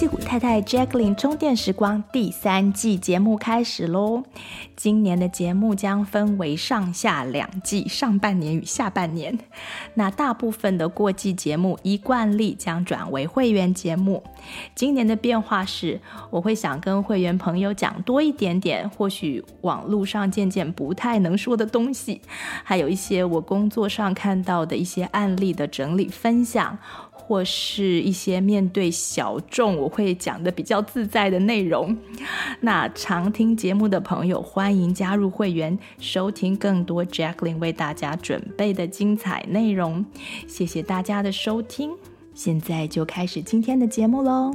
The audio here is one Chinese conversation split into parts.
矽谷太太 Jacqueline 充电时光第3季节目开始咯。今年的节目将分为上下2季，上半年与下半年。那大部分的过季节目依惯例将转为会员节目。今年的变化是，我会想跟会员朋友讲多一点点或许网络上渐渐不太能说的东西，还有一些我工作上看到的一些案例的整理分享，或是一些面对小众我会讲的比较自在的内容。那常听节目的朋友欢迎加入会员，收听更多 Jacqueline 为大家准备的精彩内容。谢谢大家的收听，现在就开始今天的节目咯。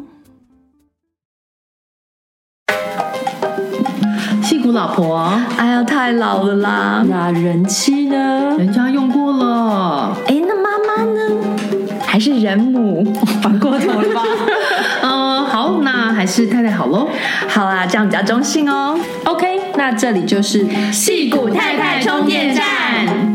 矽谷老婆， 哎呀，太老了啦。 那人妻呢？人家用过了。 那妈妈呢？还是人母？反过头了吧？ 好，那还是太太好咯。 好啦，这样比较中性哦。 OK， 那这里就是矽谷太太充电站。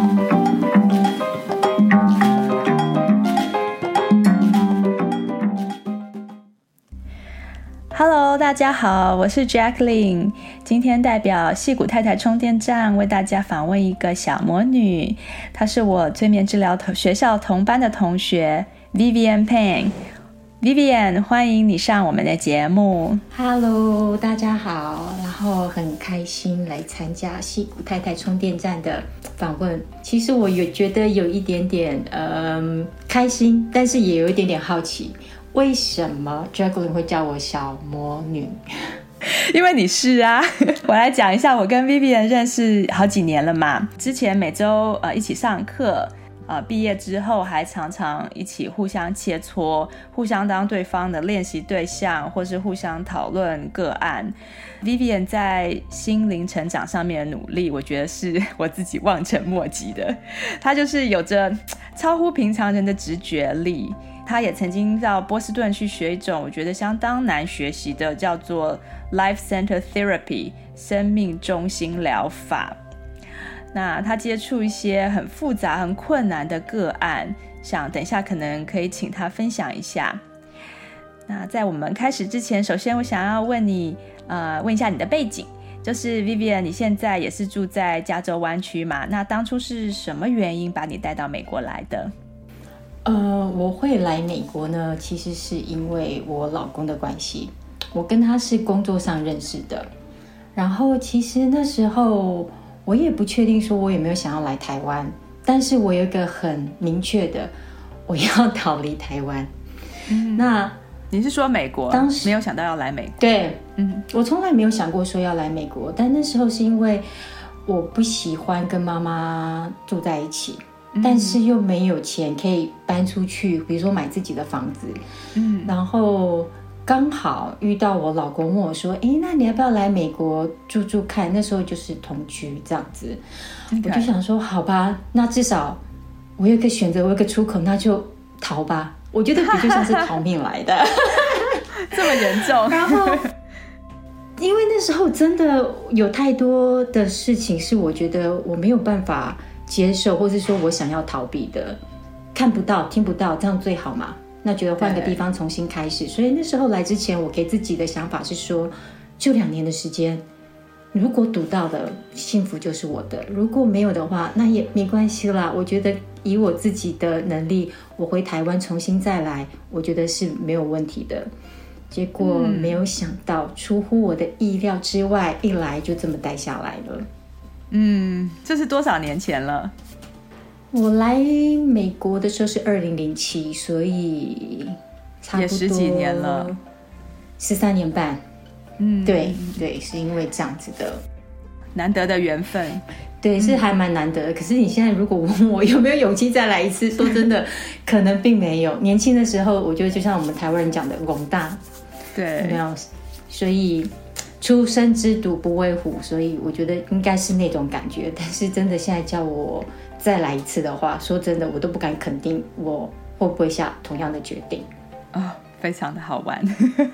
Hello， 大家好，我是 Jacqueline， 今天代表矽谷太太充电站为大家访问一个小魔女，她是我催眠治疗学校同班的同学 Vivian Payne。Vivian， 欢迎你上我们的节目。 Hello， 大家好，然后很开心来参加矽谷太太充电站的访问。其实我也觉得有一点点开心，但是也有一点点好奇，为什么 Jacqueline 会叫我小魔女？ 因为你是啊。我来讲一下，我跟 Vivian 认识好几年了嘛，之前每周一起上课，毕业之后还常常一起互相切磋，互相当对方的练习对象，或是互相讨论个案。Vivian 在心灵成长上面的努力，我觉得是我自己望尘莫及的。她就是有着超乎平常人的直觉力。他也曾经到波士顿去学一种我觉得相当难学习的，叫做 Life Center Therapy 生命中心疗法。那他接触一些很复杂很困难的个案，想等一下可能可以请他分享一下。那在我们开始之前，首先我想要问你问一下你的背景，就是 Vivian 你现在也是住在加州湾区嘛，那当初是什么原因把你带到美国来的？ 我会来美国呢，其实是因为我老公的关系，我跟他是工作上认识的。然后其实那时候我也不确定说我有没有想要来台湾，但是我有一个很明确的，我要逃离台湾。那你是说美国？当时没有想到要来美国？ 对，我从来没有想过说要来美国，但那时候是因为我不喜欢跟妈妈住在一起。但是又没有钱可以搬出去，比如说买自己的房子。然后刚好遇到我老公问我说，那你要不要来美国住住看？那时候就是同居这样子。我就想说好吧，那至少我有一个选择，我有一个出口，那就逃吧。我觉得比较像是逃命来的。 这么严重？ 然后因为那时候真的有太多的事情是我觉得我没有办法接受，或是说我想要逃避的，看不到听不到，这样最好嘛，那觉得换个地方重新开始。所以那时候来之前，我给自己的想法是说，就2年的时间，如果赌到的幸福就是我的，如果没有的话那也没关系啦。我觉得以我自己的能力，我回台湾重新再来，我觉得是没有问题的。结果没有想到，出乎我的意料之外，一来就这么待下来了。 这是多少年前了？ 我来美国的时候是2007，所以差不多也10几年了 ，13年半。对，是因为这样子的难得的缘分。 对，是还蛮难得的。可是你现在如果问我有没有勇气再来一次，说真的，可能并没有。年轻的时候，我觉得就像我们台湾人讲的“懵大”，对，有没有？所以初生之犊不畏虎，所以我觉得应该是那种感觉。但是真的现在叫我再来一次的话，说真的，我都不敢肯定我会不会下同样的决定。 非常的好玩。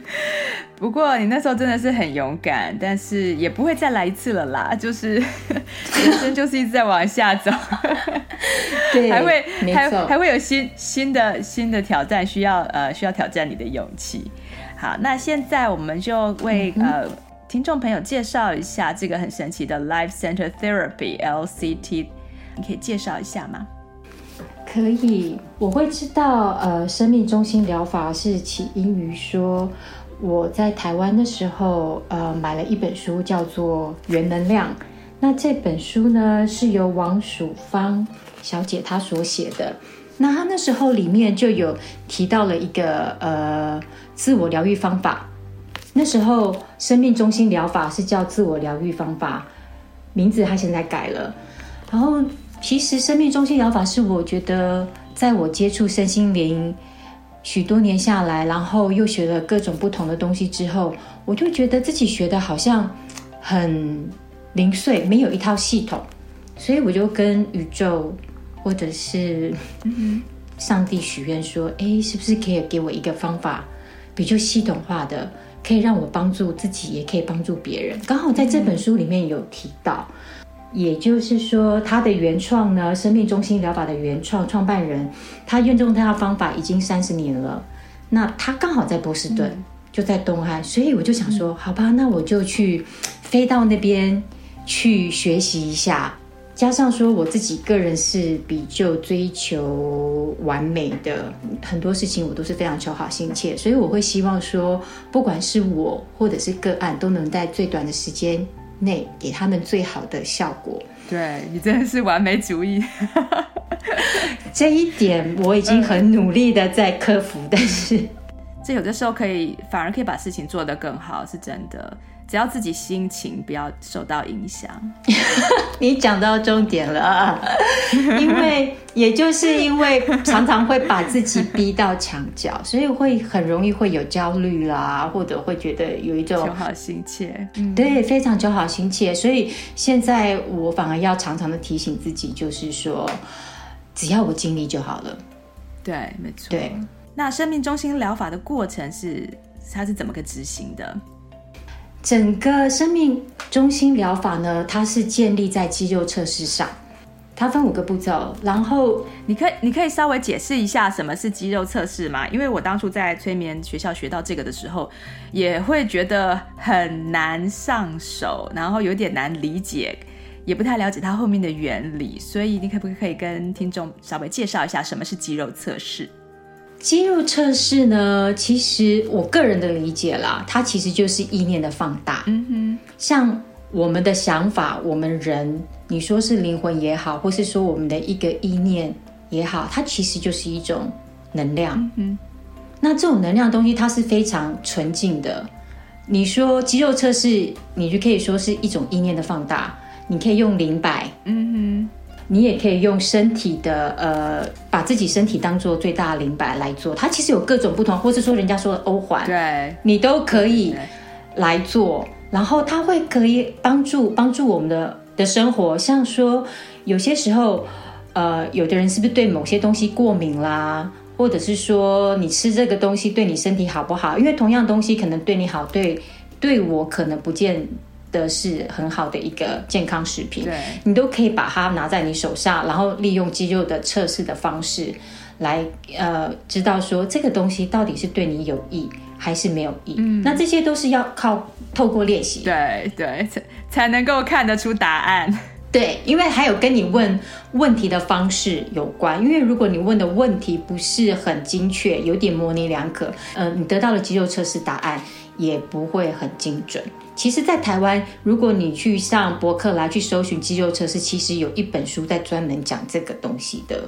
不过你那时候真的是很勇敢，但是也不会再来一次了啦，就是人生就是一直在往下走。 对， 还会有新的挑战，需要挑战你的勇气。好，那现在我们就为听众朋友介绍一下这个很神奇的 Life Center Therapy LCT， 你可以介绍一下吗？ 可以，我会知道生命中心疗法是起因于说我在台湾的时候买了一本书叫做《原能量》，那这本书呢是由王曙芳小姐她所写的，那她那时候里面就有提到了一个自我疗愈方法，那时候生命中心疗法是叫自我疗愈方法，名字她现在改了。然后其实生命中心疗法是我觉得在我接触身心灵许多年下来，然后又学了各种不同的东西之后，我就觉得自己学的好像很零碎，没有一套系统，所以我就跟宇宙或者是上帝许愿说，是不是可以给我一个方法比较系统化的，可以让我帮助自己也可以帮助别人。刚好在这本书里面有提到，也就是说他的原创呢，生命中心疗法的原创办人，他用他的方法已经30年了，那他刚好在波士顿，就在东岸，所以我就想说好吧，那我就去飞到那边去学习一下，加上说我自己个人是比较追求完美的，很多事情我都是非常求好心切，所以我会希望说不管是我或者是个案都能在最短的时间内给他们最好的效果。 对，你真的是完美主义。 这一点我已经很努力的在克服，但是这有的时候反而可以把事情做得更好，是真的，只要自己心情不要受到影响。 你讲到重点了，也就是因为常常会把自己逼到墙角，所以会很容易会有焦虑啦，或者会觉得有一种求好心切， 对，非常求好心切。所以现在我反而要常常的提醒自己，就是说只要我尽力就好了。 对，没错。 对， 那生命中心疗法的过程它是怎么个执行的？ 整个生命中心疗法呢，它是建立在肌肉测试上，它分5个步骤。然后你可以稍微解释一下什么是肌肉测试吗？因为我当初在催眠学校学到这个的时候，也会觉得很难上手，然后有点难理解，也不太了解它后面的原理，所以你可不可以跟听众稍微介绍一下什么是肌肉测试？ 肌肉测试呢，其实我个人的理解啦，它其实就是意念的放大。像我们的想法，我们人，你说是灵魂也好，或是说我们的一个意念也好，它其实就是一种能量。那这种能量的东西，它是非常纯净的。你说肌肉测试，你就可以说是一种意念的放大，你可以用灵摆。你也可以用身体的把自己身体当做最大的灵摆来做，它其实有各种不同，或是说人家说的欧环， 对， 你都可以来做，然后它会可以帮助我们的生活。像说有些时候有的人是不是对某些东西过敏啦，或者是说你吃这个东西对你身体好不好，因为同样东西可能对你好，对我可能不见的是很好的一个健康食品， 对， 你都可以把它拿在你手上，然后利用肌肉的测试的方式来知道说这个东西到底是对你有益还是没有益。那这些都是要透过练习， 对，才能够看得出答案。 对，因为还有跟你问问题的方式有关，因为如果你问的问题不是很精确，有点模棱两可，你得到的肌肉测试答案也不会很精准。其实在台湾，如果你去上博客来去搜寻肌肉测试，其实有一本书在专门讲这个东西的。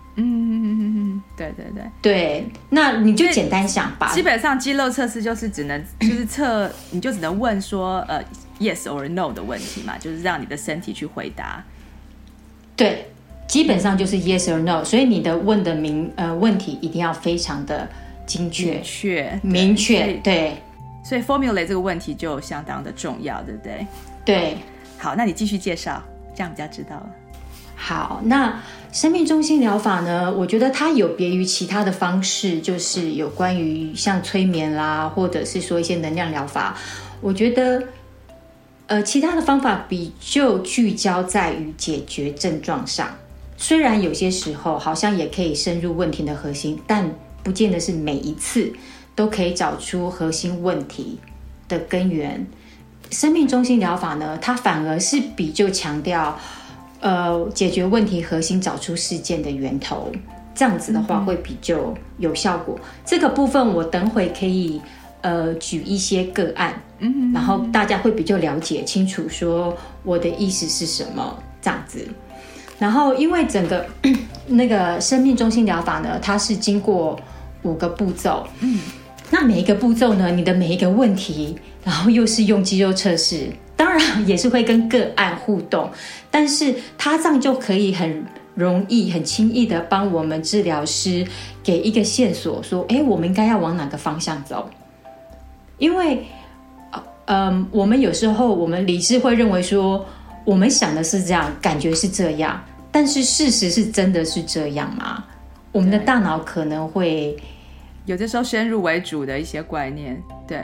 对，那你就简单想吧。 基本上肌肉测试就是测，你就只能问说yes or no 的问题嘛，就是让你的身体去回答。 对，基本上就是 yes or no， 所以你的问的问题一定要非常的精确、明确。对， 所以 formulate 这个问题就相当的重要，对不对？ 对。 好，那你继续介绍，这样比较知道了。 好，那生命中心疗法呢，我觉得它有别于其他的方式，就是有关于像催眠啦，或者是说一些能量疗法，我觉得其他的方法比较聚焦在于解决症状上，虽然有些时候好像也可以深入问题的核心，但不见得是每一次都可以找出核心问题的根源。生命中心疗法呢，它反而是比较强调解决问题核心，找出事件的源头，这样子的话会比较有效果。这个部分我等会可以举一些个案，然后大家会比较了解清楚说我的意思是什么，这样子。然后因为整个那个生命中心疗法呢，它是经过5个步骤，那每一个步骤呢，你的每一个问题，然后又是用肌肉测试，当然也是会跟个案互动，但是它这样就可以很容易很轻易的帮我们治疗师给一个线索，说我们应该要往哪个方向走。因为我们有时候我们理智会认为说我们想的是这样，感觉是这样，但是事实是真的是这样吗？我们的大脑可能会有的时候先入为主的一些观念，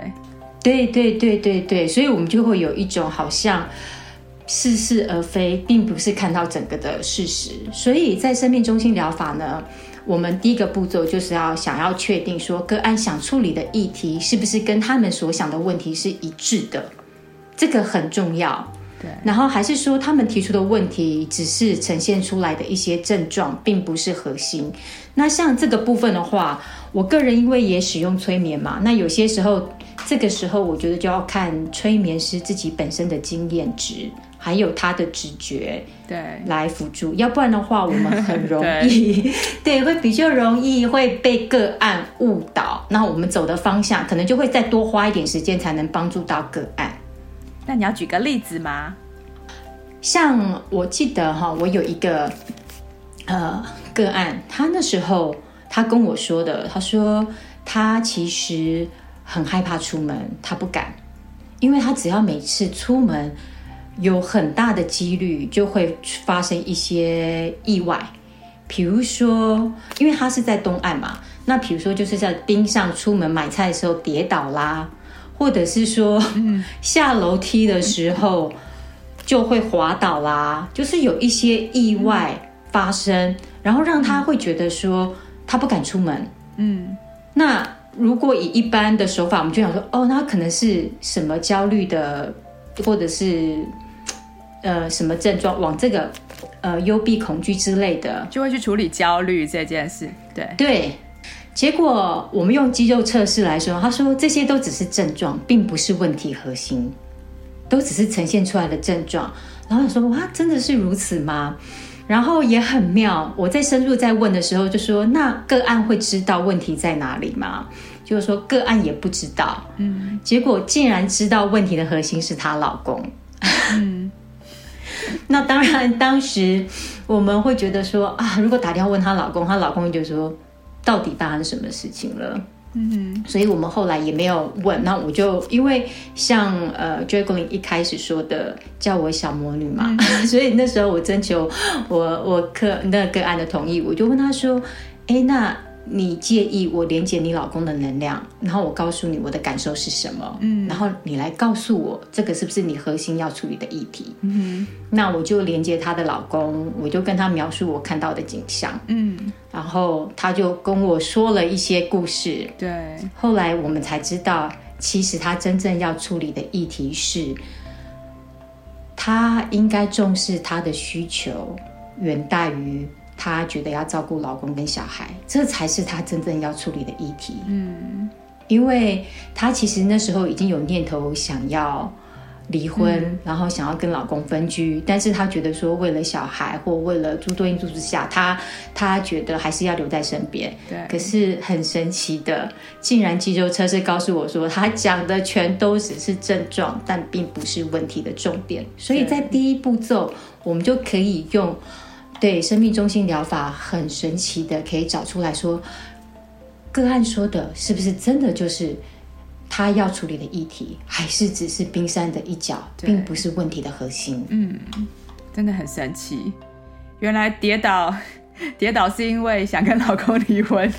对，所以我们就会有一种好像似是而非，并不是看到整个的事实。所以在生命中心疗法呢，我们第一个步骤就是想要确定说个案想处理的议题是不是跟他们所想的问题是一致的，这个很重要。 对， 然后还是说他们提出的问题只是呈现出来的一些症状，并不是核心。那像这个部分的话，我个人因为也使用催眠嘛，那有些时候这个时候我觉得就要看催眠师自己本身的经验值，还有他的直觉来辅助，要不然的话我们很容易对会比较容易会被个案误导，那我们走的方向可能就会再多花一点时间才能帮助到个案。 那你要举个例子吗？ 像我记得我有一个个案，他那时候他跟我说的，他说他其实很害怕出门，他不敢，因为他只要每次出门有很大的几率就会发生一些意外，比如说因为他是在东岸嘛，那比如说就是在冰上出门买菜的时候跌倒啦，或者是说下楼梯的时候就会滑倒啦，就是有一些意外发生，然后让他会觉得说他不敢出门。那如果以一般的手法，我们就想说那可能是什么焦虑的，或者是什么症状，往这个幽闭恐惧之类的， 就会去处理焦虑这件事。 对，结果我们用肌肉测试来说，他说这些都只是症状，并不是问题核心，都只是呈现出来的症状。然后我说哇，真的是如此吗？然后也很妙，我在深入在问的时候就说，那个案会知道问题在哪里吗？就是说个案也不知道。结果竟然知道问题的核心是她老公。那当然当时我们会觉得说如果打电话问她老公，她老公就说到底发生什么事情了。所以我们后来也没有问。那我就因为像Jacqueline 一开始说的叫我小魔女嘛，所以那时候我征求我那个案的同意，我就问他说那你介意我连接你老公的能量，然后我告诉你我的感受是什么，然后你来告诉我这个是不是你核心要处理的议题。那我就连接她的老公，我就跟他描述我看到的景象，然后他就跟我说了一些故事。 对， 后来我们才知道，其实他真正要处理的议题是他应该重视他的需求远大于他觉得要照顾老公跟小孩，这才是他真正要处理的议题。因为他其实那时候已经有念头想要离婚，然后想要跟老公分居，但是他觉得说为了小孩或为了诸多因素之下，他觉得还是要留在身边。可是很神奇的，竟然肌肉测试告诉我说他讲的全都只是症状，但并不是问题的重点。所以在第一步骤我们就可以用生命中心疗法很神奇的可以找出来说个案说的是不是真的就是他要处理的议题，还是只是冰山的一角，并不是问题的核心。 真的很神奇。 原来跌倒是因为想跟老公离婚。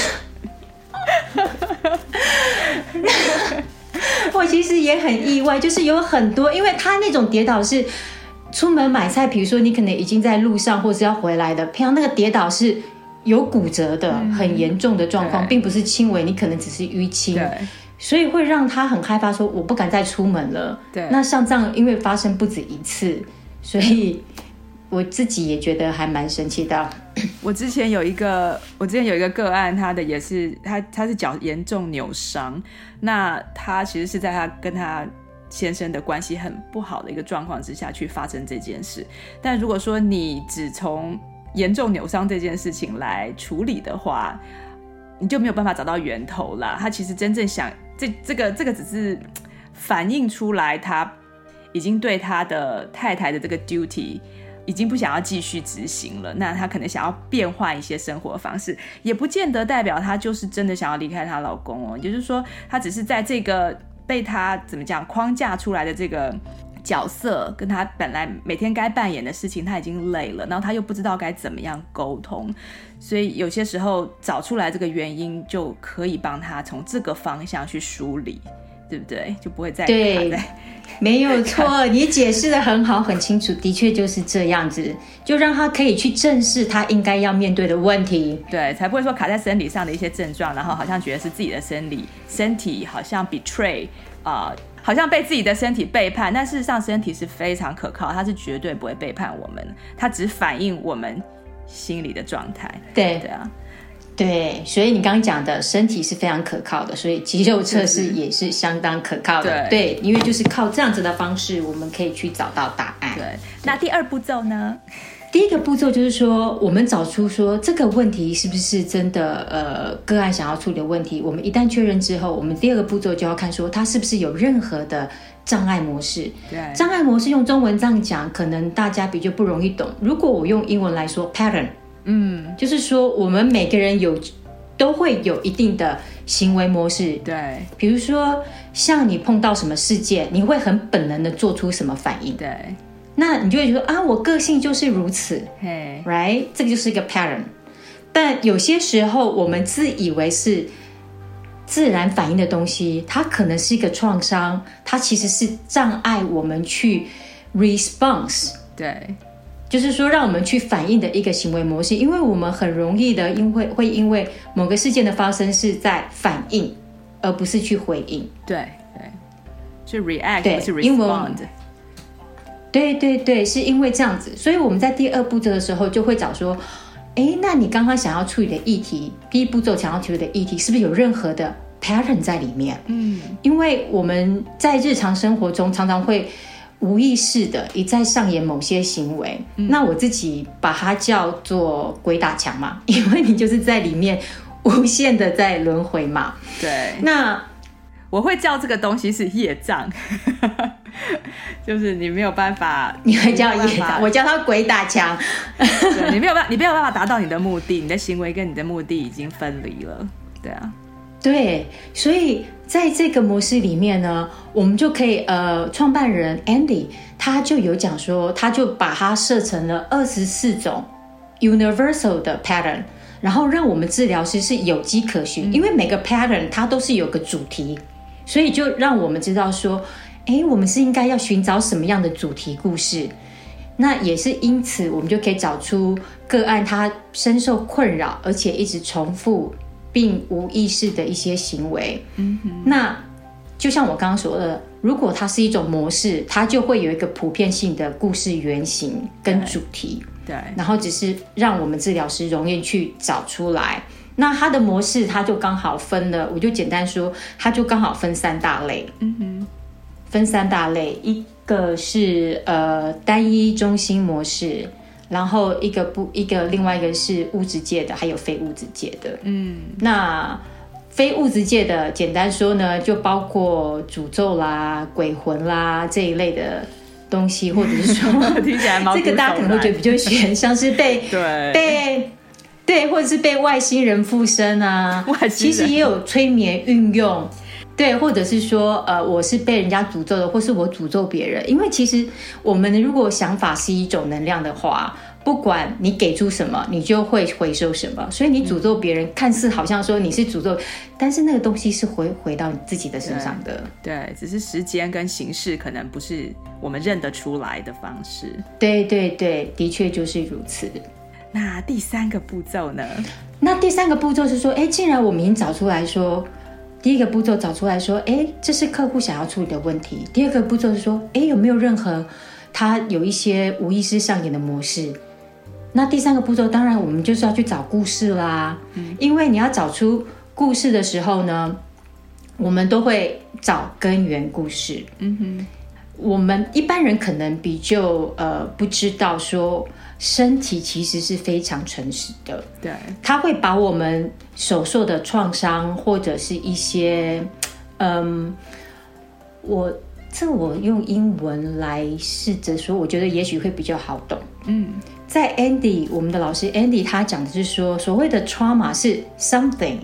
我其实也很意外，就是有很多，因为他那种跌倒是出门买菜，比如说你可能已经在路上或是要回来的，平常那个跌倒是有骨折的，很严重的状况，并不是轻微，你可能只是淤青，所以会让他很害怕，说我不敢再出门了。对，那像这样，因为发生不止一次，所以我自己也觉得还蛮神奇的。 我之前有一个个案，他的也是他是脚严重扭伤，那他其实是在他跟他先生的关系很不好的一个状况之下去发生这件事。但如果说你只从严重扭伤这件事情来处理的话，你就没有办法找到源头啦。他其实真正想这个只是反映出来他已经对他的太太的这个 duty已经不想要继续执行了，那他可能想要变换一些生活方式，也不见得代表他就是真的想要离开她老公哦。也就是说，他只是在这个被他怎么讲框架出来的这个角色，跟他本来每天该扮演的事情，他已经累了，然后他又不知道该怎么样沟通，所以有些时候找出来这个原因，就可以帮他从这个方向去梳理，对不对？就不会再卡在。 没有错，你解释得很好很清楚，的确就是这样子，就让他可以去正视他应该要面对的问题， 对，才不会说卡在生理上的一些症状，然后好像觉得是自己的身体好像 betray 好像被自己的身体背叛，但事实上身体是非常可靠，它是绝对不会背叛我们，它只反映我们心理的状态。 对啊，对，所以你刚刚讲的身体是非常可靠的，所以肌肉测试也是相当可靠的。对，因为就是靠这样子的方式，我们可以去找到答案。 对，那第二步骤呢？ 第一个步骤就是说，我们找出说这个问题是不是真的个案想要处理的问题。我们一旦确认之后，我们第二个步骤就要看说它是不是有任何的障碍模式。对，障碍模式用中文这样讲，可能大家比较不容易懂。如果我用英文来说 pattern，就是说我们每个人都会有一定的行为模式。对，比如说像你碰到什么事件，你会很本能的做出什么反应。对。那你就会说啊，我个性就是如此 ，right？ 这个就是一个 pattern。但有些时候，我们自以为是自然反应的东西，它可能是一个创伤，它其实是障碍我们去 response。对，就是说让我们去反应的一个行为模式，因为我们很容易的会因为某个事件的发生是在反应，而不是去回应。对对， 是 react， 不是 respond。 对对对，是因为这样子，所以我们在第二步骤的时候就会找说，那你刚刚想要处理的议题，第一步骤想要处理的议题，是不是有任何的 pattern 在里面？因为我们在日常生活中常常会无意识的一再上演某些行为，那我自己把它叫做鬼打墙嘛，因为你就是在里面无限的在轮回嘛。对，那我会叫这个东西是业障。就是你没有办法， 你会叫业障，我叫它鬼打墙。 对，你没有办法达到你的目的，你的行为跟你的目的已经分离了。对啊， 对，所以在这个模式里面呢，我们就可以创办人 Andy 他就有讲说，他就把它设成了24种 universal 的 pattern， 然后让我们治疗师是有迹可循，因为每个 pattern 它都是有个主题，所以就让我们知道说，我们是应该要寻找什么样的主题故事。那也是因此我们就可以找出个案他深受困扰而且一直重复并无意识的一些行为。那就像我刚刚说的，如果它是一种模式，它就会有一个普遍性的故事原型跟主题。对，然后只是让我们治疗师容易去找出来。那它的模式它就刚好分了，我就简单说，它就刚好分3大类。分3大类，一个是单一中心模式，然后另外一个是物质界的，还有非物质界的。那非物质界的简单说呢，就包括诅咒啦、鬼魂啦这一类的东西，或者是说听起来毛骨悚然， 这个大家可能会觉得比较悬，像是被或者是被外星人附身啊，其实也有催眠运用。对，或者是说我是被人家诅咒的，或是我诅咒别人。因为其实我们如果想法是一种能量的话， 不管你给出什么，你就会回收什么。所以你诅咒别人，看似好像说你是诅咒，但是那个东西是回到你自己的身上的。 对，只是时间跟形式可能不是我们认得出来的方式。 对对对，的确就是如此。 那第3个步骤呢？ 那第3个步骤是说，既然我们已经找出来说，第1个步骤找出来说，这是客户想要处理的问题。第2个步骤是说，有没有任何他有一些无意识上演的模式。那第3个步骤当然我们就是要去找故事啦，因为你要找出故事的时候呢，我们都会找根源故事。我们一般人可能比较不知道说身体其实是非常诚实的， 对， 它会把我们所受的创伤或者是一些我用英文来试着说，我觉得也许会比较好懂。在 Andy 我们的老师 Andy 他讲的是说，所谓的 trauma 是 something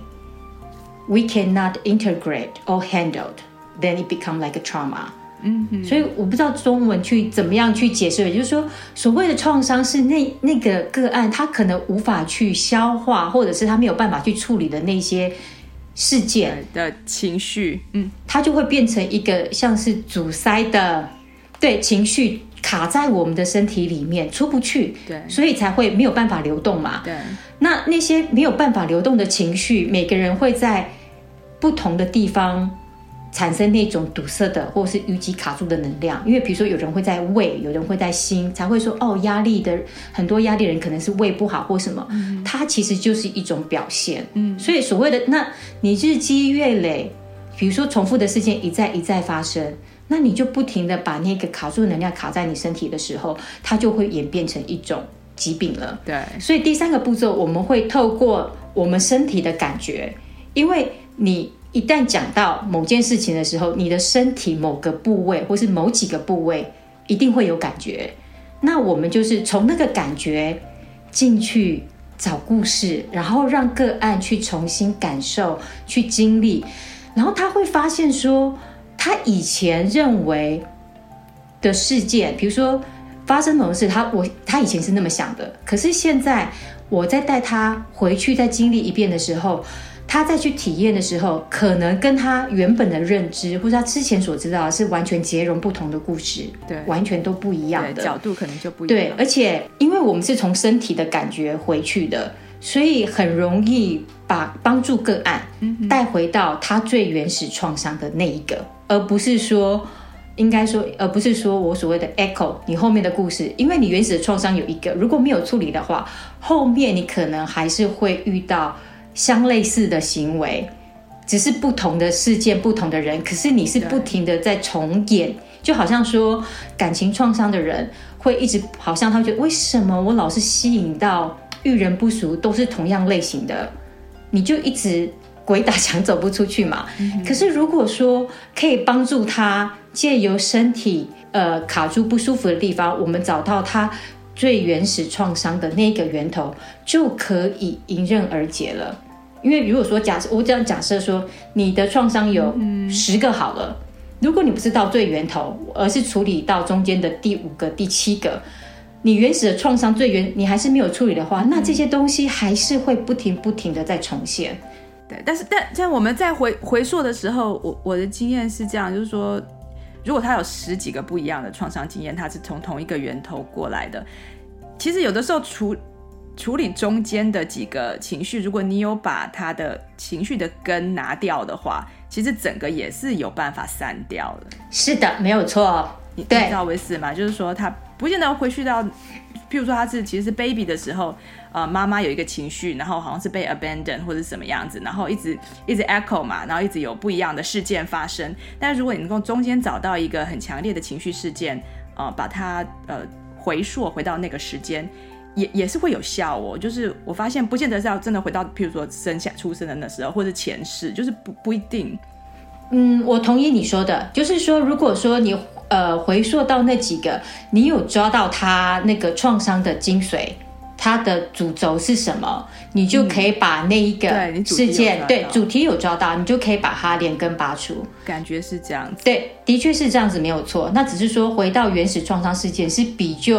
we cannot integrate or handled, then it become like a trauma。所以我不知道中文去怎么样去解释，也就是说所谓的创伤是那个个案他可能无法去消化，或者是他没有办法去处理的那些事件的情绪， 它就会变成一个像是阻塞的，对，情绪卡在我们的身体里面出不去， 对， 所以才会没有办法流动嘛。 对， 那些没有办法流动的情绪，每个人会在不同的地方产生那种堵塞的或是淤积卡住的能量。因为比如说有人会在胃，有人会在心，才会说压力的很多压力人可能是胃不好或什么，它其实就是一种表现。所以所谓的那你日积月累，比如说重复的事件一再一再发生，那你就不停的把那个卡住的能量卡在你身体的时候，它就会演变成一种疾病了。 对， 所以第3个步骤我们会透过我们身体的感觉，因为你一旦讲到某件事情的时候，你的身体某个部位或是某几个部位一定会有感觉，那我们就是从那个感觉进去找故事，然后让个案去重新感受去经历，然后他会发现说他以前认为的事件，比如说发生某事，他以前是那么想的，可是现在我再带他回去再经历一遍的时候，他再去体验的时候，可能跟他原本的认知或者他之前所知道的是完全截然不同的故事， 对， 完全都不一样的角度可能就不一样。 对，而且因为我们是从身体的感觉回去的，所以很容易帮助个案带回到他最原始创伤的那一个，而不是说我所谓的 echo 你后面的故事，因为你原始的创伤有一个，如果没有处理的话，后面你可能还是会遇到相类似的行为，只是不同的事件不同的人，可是你是不停的在重演，就好像说感情创伤的人会一直，好像他觉得为什么我老是吸引到遇人不淑都是同样类型的，你就一直鬼打墙走不出去嘛。可是如果说可以帮助他借由身体卡住不舒服的地方，我们找到他最原始创伤的那个源头，就可以迎刃而解了。因为如果说我这样假设说你的创伤有10个好了，如果你不是到最源头，而是处理到中间的第5个第7个，你原始的创伤你还是没有处理的话，那这些东西还是会不停的在重现。 对，但我们在回溯的时候，我的经验是这样，就是说如果他有10几个不一样的创伤经验，他是从同一个源头过来的，其实有的时候处理中间的几个情绪，如果你有把他的情绪的根拿掉的话，其实整个也是有办法散掉的。 是的，没有错。 你知道为是吗？就是说他不见得回去到，譬如说他其实是 baby 的时候，妈妈有一个情绪，然后好像是被 abandon 或者是什么样子，然后一直 echo 嘛，然后一直有不一样的事件发生。但是如果你能够中间找到一个很强烈的情绪事件，把它回溯回到那个时间，也是会有效哦。就是我发现不见得是要真的回到譬如说出生的那时候或者前世，就是不一定。 我同意你说的，就是说如果说你回溯到那几个，你有抓到他那个创伤的精髓，他的主轴是什么，你就可以把那一个事件，对，主题有抓到，你就可以把它连根拔除。 感觉是这样子。 对，的确是这样子，没有错。那只是说回到原始创伤事件是比较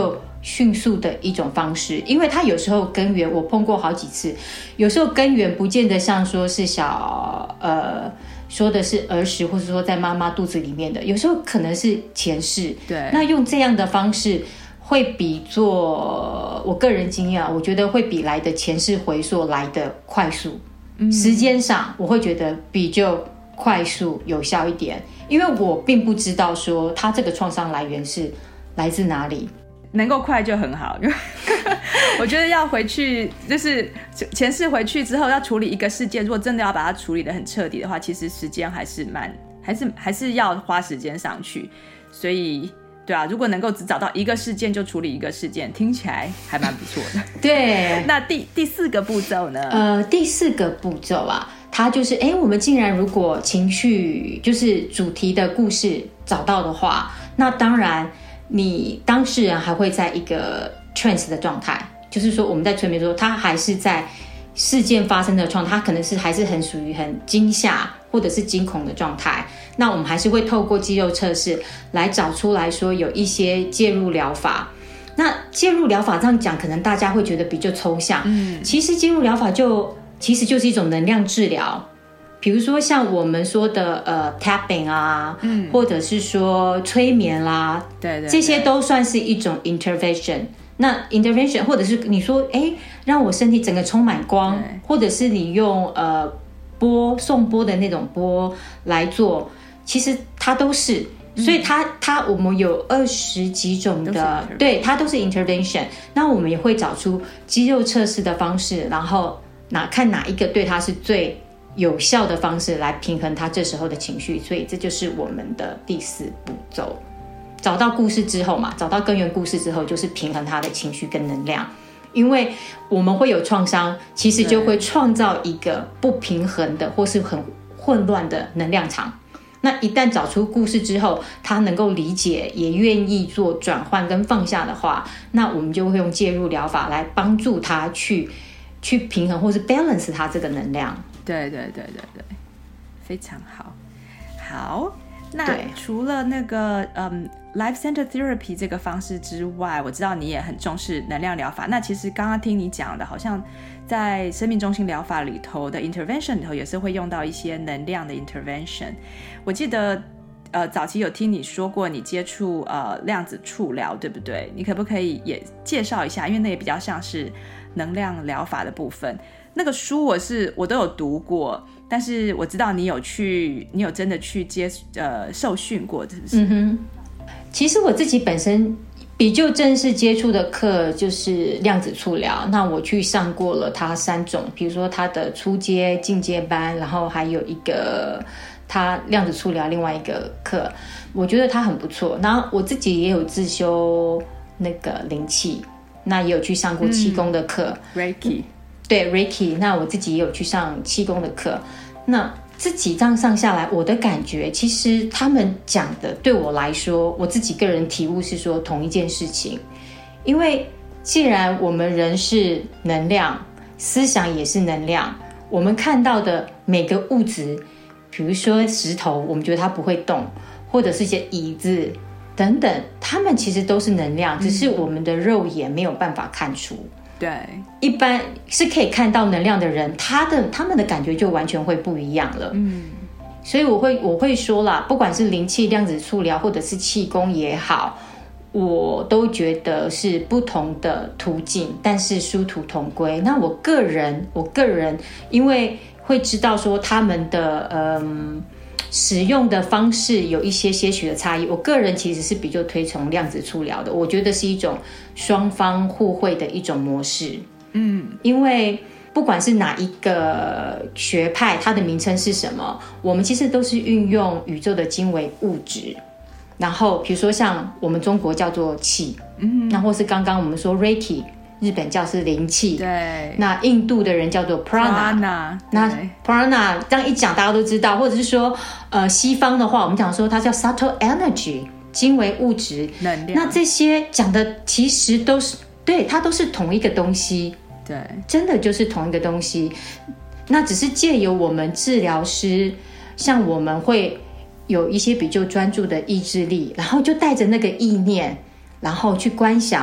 迅速的一种方式，因为它有时候根源我碰过好几次，有时候根源不见得像说是说的是儿时，或者说在妈妈肚子里面的，有时候可能是前世。 对， 那用这样的方式会比做我个人经验我觉得会比来的前世回溯来的快速，时间上我会觉得比较快速有效一点，因为我并不知道说他这个创伤来源是来自哪里。 能够快就很好，因为我觉得要回去，就是前世回去之后要处理一个事件，如果真的要把它处理得很彻底的话，其实时间还是要花时间上去。所以对啊，如果能够只找到一个事件就处理一个事件，听起来还蛮不错的。 对， 那第四个步骤呢？ 第四个步骤它就是我们竟然如果情绪就是主题的故事找到的话，那当然你当事人还会在一个 trance 的状态，就是说我们在催眠说他还是在事件发生的状态，他可能是还是很属于很惊吓或者是惊恐的状态，那我们还是会透过肌肉测试来找出来说有一些介入疗法。那介入疗法这样讲可能大家会觉得比较抽象，其实介入疗法其实就是一种能量治疗，比如说像我们说的tapping 或者是说催眠啦， 对， 这些都算是一种 intervention。那 intervention 或者是你说让我身体整个充满光，或者是你用送波的那种波来做，其实它都是，所以我们有20几种的，对，它都是 intervention。那我们也会找出肌肉测试的方式，然后看哪一个对它是最有效的方式来平衡他这时候的情绪，所以这就是我们的第4步骤。找到故事之后嘛，找到根源故事之后，就是平衡他的情绪跟能量。因为我们会有创伤，其实就会创造一个不平衡的或是很混乱的能量场。那一旦找出故事之后，他能够理解，也愿意做转换跟放下的话，那我们就会用介入疗法来帮助他去平衡或是 balance 他这个能量。 对，非常好。好，那除了那个Life Center Therapy 这个方式之外，我知道你也很重视能量疗法。那其实刚刚听你讲的，好像在生命中心疗法里头的 intervention 里头也是会用到一些能量的 intervention。我记得早期有听你说过你接触量子触疗，对不对？你可不可以也介绍一下？因为那也比较像是能量疗法的部分。那个书我都有读过，但是我知道你有真的去受训过，是不是？ 其实我自己本身比较正式接触的课就是量子触疗，那我去上过了它3种，比如说它的初阶、进阶班，然后还有一个它量子触疗另外一个课，我觉得它很不错。然后我自己也有自修那个灵气，那也有去上过气功的课 ，Reiki。 对 Reiki， 那我自己也有去上气功的课。那自己这样上下来，我的感觉其实他们讲的对我来说，我自己个人体悟是说同一件事情。因为既然我们人是能量，思想也是能量，我们看到的每个物质，比如说石头，我们觉得它不会动，或者是一些椅子等等，它们其实都是能量，只是我们的肉眼没有办法看出。 对， 一般是可以看到能量的人，他们的感觉就完全会不一样了。所以我会说啦，不管是灵气、量子触疗或者是气功也好，我都觉得是不同的途径，但是殊途同归。那我个人因为会知道说他们的使用的方式有一些许的差异，我个人其实是比较推崇量子触疗的，我觉得是一种双方互惠的一种模式。因为不管是哪一个学派，它的名称是什么，我们其实都是运用宇宙的精微物质，然后比如说像我们中国叫做气，那或是刚刚我们说 Reiki， 日本叫是灵气， 对， 那印度的人叫做 Prana， 那 Prana 这样一讲大家都知道，或者是说西方的话我们讲说它叫 Subtle Energy， 精微物质能量，那这些讲的其实都是对，它都是同一个东西， 对， 真的就是同一个东西。那只是借由我们治疗师，像我们会有一些比较专注的意志力，然后就带着那个意念，然后去观想，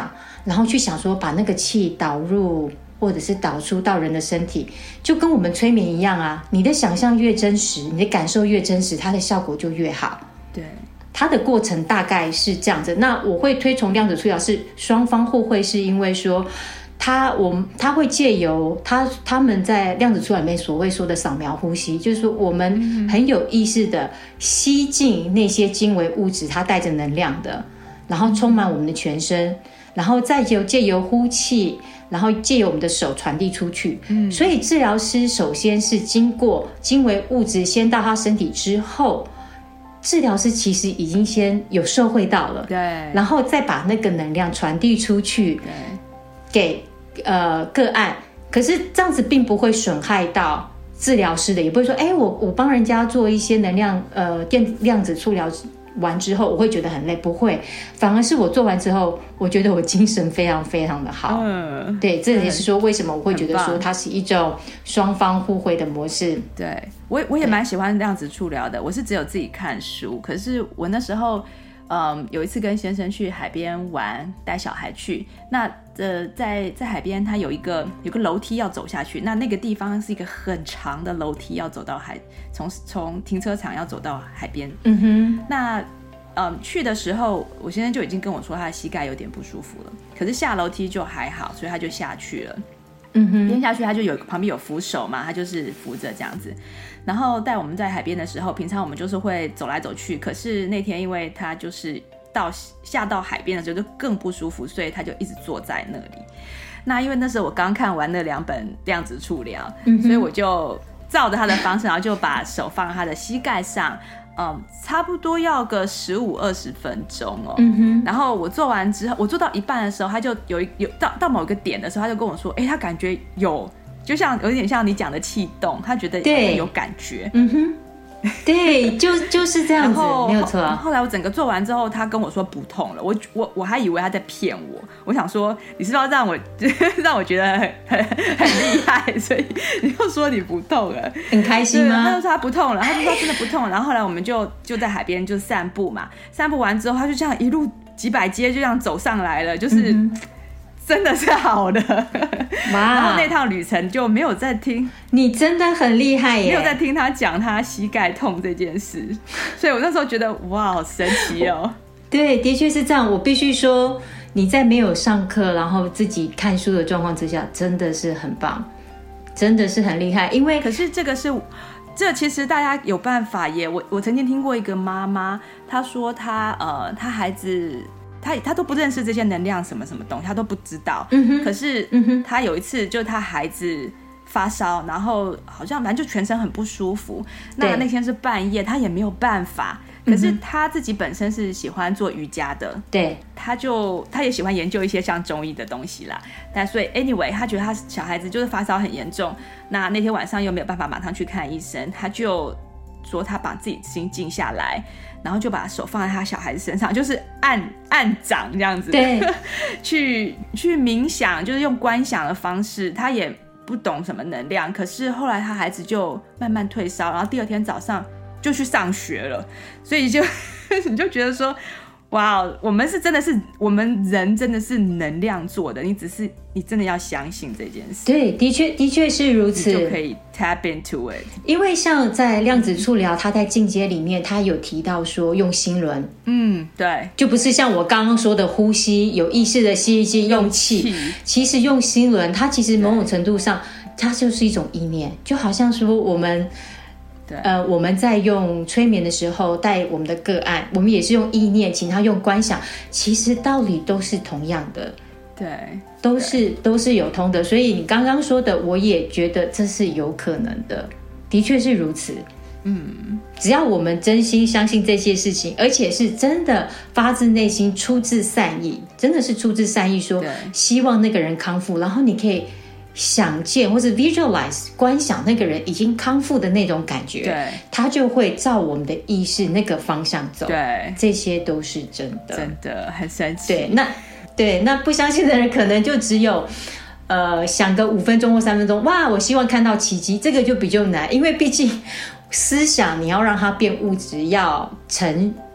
然后去想说把那个气导入或者是导出到人的身体，就跟我们催眠一样啊，你的想象越真实，你的感受越真实，它的效果就越好。 对， 它的过程大概是这样子。那我会推崇量子触疗是双方互惠，是因为说他会借由他们在量子触疗里面所谓说的扫描呼吸，就是说我们很有意识的吸进那些精微物质，它带着能量的，然后充满我们的全身，然后再借由呼气，然后借由我们的手传递出去。所以治疗师首先是经过精微物质先到他身体之后，治疗师其实已经先有受惠到了， 对， 然后再把那个能量传递出去给个案。可是这样子并不会损害到治疗师的，也不会说我帮人家做一些能量量子触疗完之后我会觉得很累，不会，反而是我做完之后我觉得我精神非常非常的好。对，这也是说为什么我会觉得说它是一种双方互惠的模式。 对，我也蛮喜欢量子触疗的，我是只有自己看书，可是我那时候有一次跟先生去海边玩，带小孩去，那在海边它有个楼梯要走下去，那个地方是一个很长的楼梯，要走到从停车场要走到海边。那去的时候我先生就已经跟我说他的膝盖有点不舒服了，可是下楼梯就还好，所以他就下去了。边下去他就旁边有扶手嘛，他就是扶着这样子。然后带我们在海边的时候，平常我们就是会走来走去，可是那天因为他就是下到海边的时候就更不舒服，所以他就一直坐在那里。那因为那时候我刚看完那2本量子触疗，所以我就照着他的方式，然后就把手放在他的膝盖上，差不多要个15-20分钟哦。然后我做完之后，我做到一半的时候，他就有到某个点的时候，他就跟我说，他感觉就像有点像你讲的气动，他觉得有感觉。 对，就是这样子，没有错。 后来我整个做完之后，他跟我说不痛了，我还以为他在骗我，我想说你是不是要让我觉得很厉害，所以你又说你不痛了， 很开心吗？ 他就说他不痛了，他就说真的不痛了。然后后来我们就在海边就散步嘛，散步完之后他就这样一路几百阶就这样走上来了，就是真的是好的。然后那趟旅程就没有再听， 你真的很厉害耶， 没有再听他讲他膝盖痛这件事，所以我那时候觉得哇好神奇哦。 对，的确是这样。我必须说你在没有上课然后自己看书的状况之下真的是很棒，真的是很厉害。因为可是这其实大家有办法耶。我曾经听过一个妈妈，她说她孩子他都不认识这些能量什么什么东西，他都不知道。可是他有一次就他孩子发烧，然后好像反正就全身很不舒服，那天是半夜，他也没有办法。可是他自己本身是喜欢做瑜伽的，对，他也喜欢研究一些像中医的东西啦。但所以 anyway 他觉得他小孩子就是发烧很严重，那天晚上又没有办法马上去看医生，他就说他把自己心静下来，然后就把手放在他小孩子身上，就是按掌这样子，对，去冥想，就是用观想的方式。他也不懂什么能量，可是后来他孩子就慢慢退烧，然后第二天早上就去上学了。所以你就觉得说，哇，我们人真的是能量做的，你真的要相信这件事。 对，的确是如此， 你就可以 tap into it。 因为像在量子触疗，它在进阶里面它有提到说用心轮， 对， 就不是像我刚刚说的呼吸，有意识的吸一吸用气。其实用心轮它其实某种程度上它就是一种意念，就好像说我们在用催眠的时候带我们的个案，我们也是用意念请他用观想，其实道理都是同样的，对，都是有通的。所以你刚刚说的我也觉得这是有可能的，的确是如此。只要我们真心相信这些事情，而且是真的发自内心出自善意，真的是出自善意说希望那个人康复，然后你可以想见或者 visualize 观想那个人已经康复的那种感觉，对，他就会照我们的意识那个方向走，对，这些都是真的， 真的很神奇。 那不相信的人可能就只有想个5分钟或3分钟，哇，我希望看到奇迹，这个就比较难，因为毕竟思想你要让它变物质，要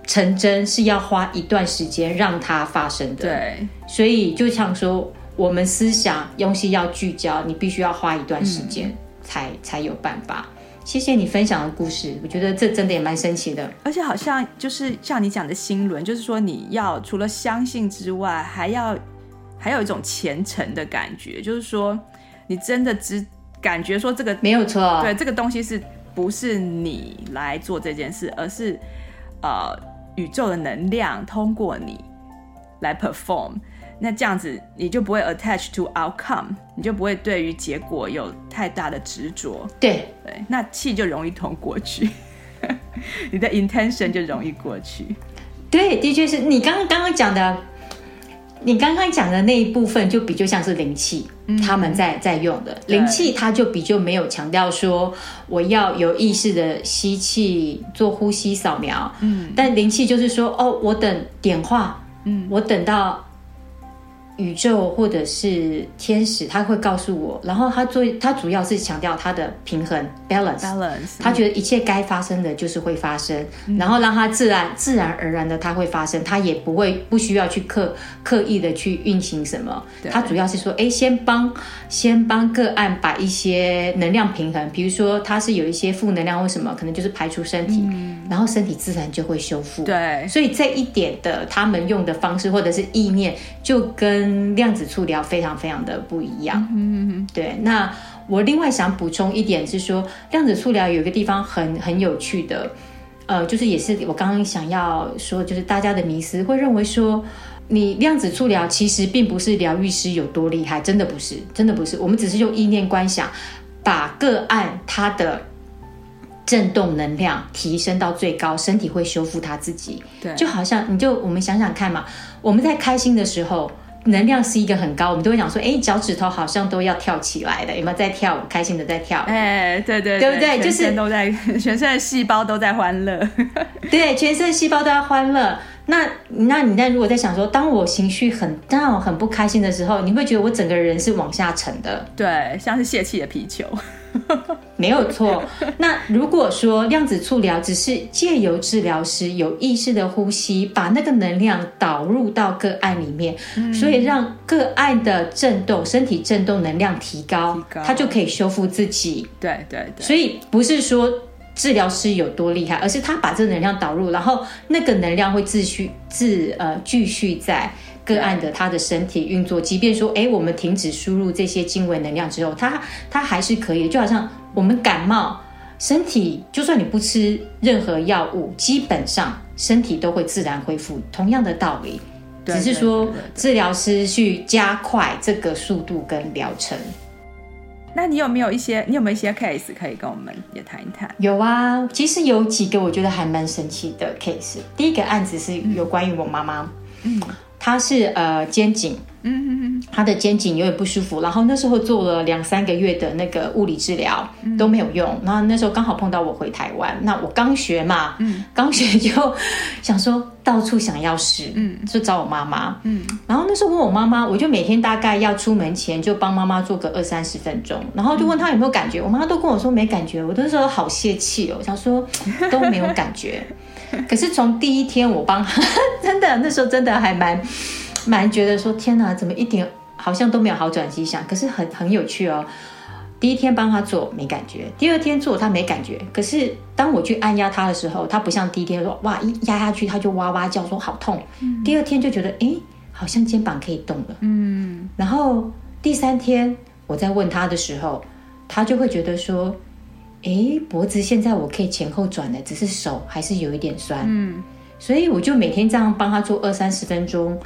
成真是要花一段时间让它发生的。 对， 所以就像说我们思想东西要聚焦，你必须要花一段时间才有办法。谢谢你分享的故事，我觉得这真的也蛮神奇的。 而且好像就是像你讲的心轮，就是说你要除了相信之外，还有一种虔诚的感觉，就是说你真的感觉说这个没有错， 对，这个东西不是你来做这件事，而是宇宙的能量通过你来 perform。那这样子你就不会 attach to outcome， 你就不会对于结果有太大的执着。 对， 那气就容易通过去你的 intention 就容易过去。 对，的确是你刚刚讲的那一部分就比较像是灵气，他们在用的灵气，它就比较没有强调说我要有意识的吸气做呼吸扫描，但灵气就是说我等点化，我等到宇宙或者是天使他会告诉我，然后他主要是强调他的平衡 balance， 他觉得一切该发生的就是会发生，然后让它自然而然的它会发生，他也不需要去刻意的去运行什么，他主要是说先帮个案把一些能量平衡，比如说他是有一些负能量或什么，可能就是排除身体，然后身体自然就会修复。 对， 所以这一点的他们用的方式或者是意念就跟量子触疗非常非常的不一样。对，那我另外想补充一点是说，量子触疗有一个地方很有趣的，就是也是我刚刚想要说，就是大家的迷思会认为说，你量子触疗其实并不是疗愈师有多厉害，真的不是，我们只是用意念观想，把个案它的振动能量提升到最高，身体会修复它自己。对，就好像我们想想看嘛，我们在开心的时候能量是一个很高，我们都会讲说脚趾头好像都要跳起来的，有没有在跳舞，开心的在跳舞。对不对？就是全身的细胞都在欢乐对，全身细胞都在欢乐。那你如果在想说，当我情绪很 down 很不开心的时候，你会觉得我整个人是往下沉的。 对，像是泄气的皮球没有错。那如果说量子触疗只是借由治疗师有意识的呼吸，把那个能量导入到个案里面，所以让个案的振动，身体振动能量提高，它就可以修复自己。 对， 所以不是说治疗师有多厉害，而是他把这个能量导入，然后那个能量会继续在个案的他的身体运作，即便说我们停止输入这些精微能量之后，他还是可以，就好像我们感冒，身体就算你不吃任何药物，基本上身体都会自然恢复，同样的道理，只是说治疗师去加快这个速度跟疗程。 那你有没有一些 case 可以跟我们也谈一谈？有啊，其实有几个我觉得还蛮神奇的 case。第一个案子是有关于我妈妈，她是肩颈，她的肩颈有点不舒服，然后那时候做了2-3个月的那个物理治疗都没有用，然后那时候刚好碰到我回台湾，那我刚学嘛，刚学就想说到处想要试，就找我妈妈，然后那时候问我妈妈，我就每天大概要出门前就帮妈妈做个20-30分钟，然后就问她有没有感觉，我妈都跟我说没感觉，我那时候好泄气哦，想说都没有感觉。可是从第一天我帮她真的那时候真的还蛮觉得说天哪，怎么一点好像都没有好转迹象，可是很有趣哦。第一天帮她做没感觉，第二天做她没感觉，可是当我去按压她的时候，她不像第一天说哇一压下去她就哇哇叫说好痛，第二天就觉得好像肩膀可以动了，然后第3天我在问她的时候，她就会觉得说脖子现在我可以前后转了，只是手还是有一点酸，所以我就每天这样帮她做20-30分钟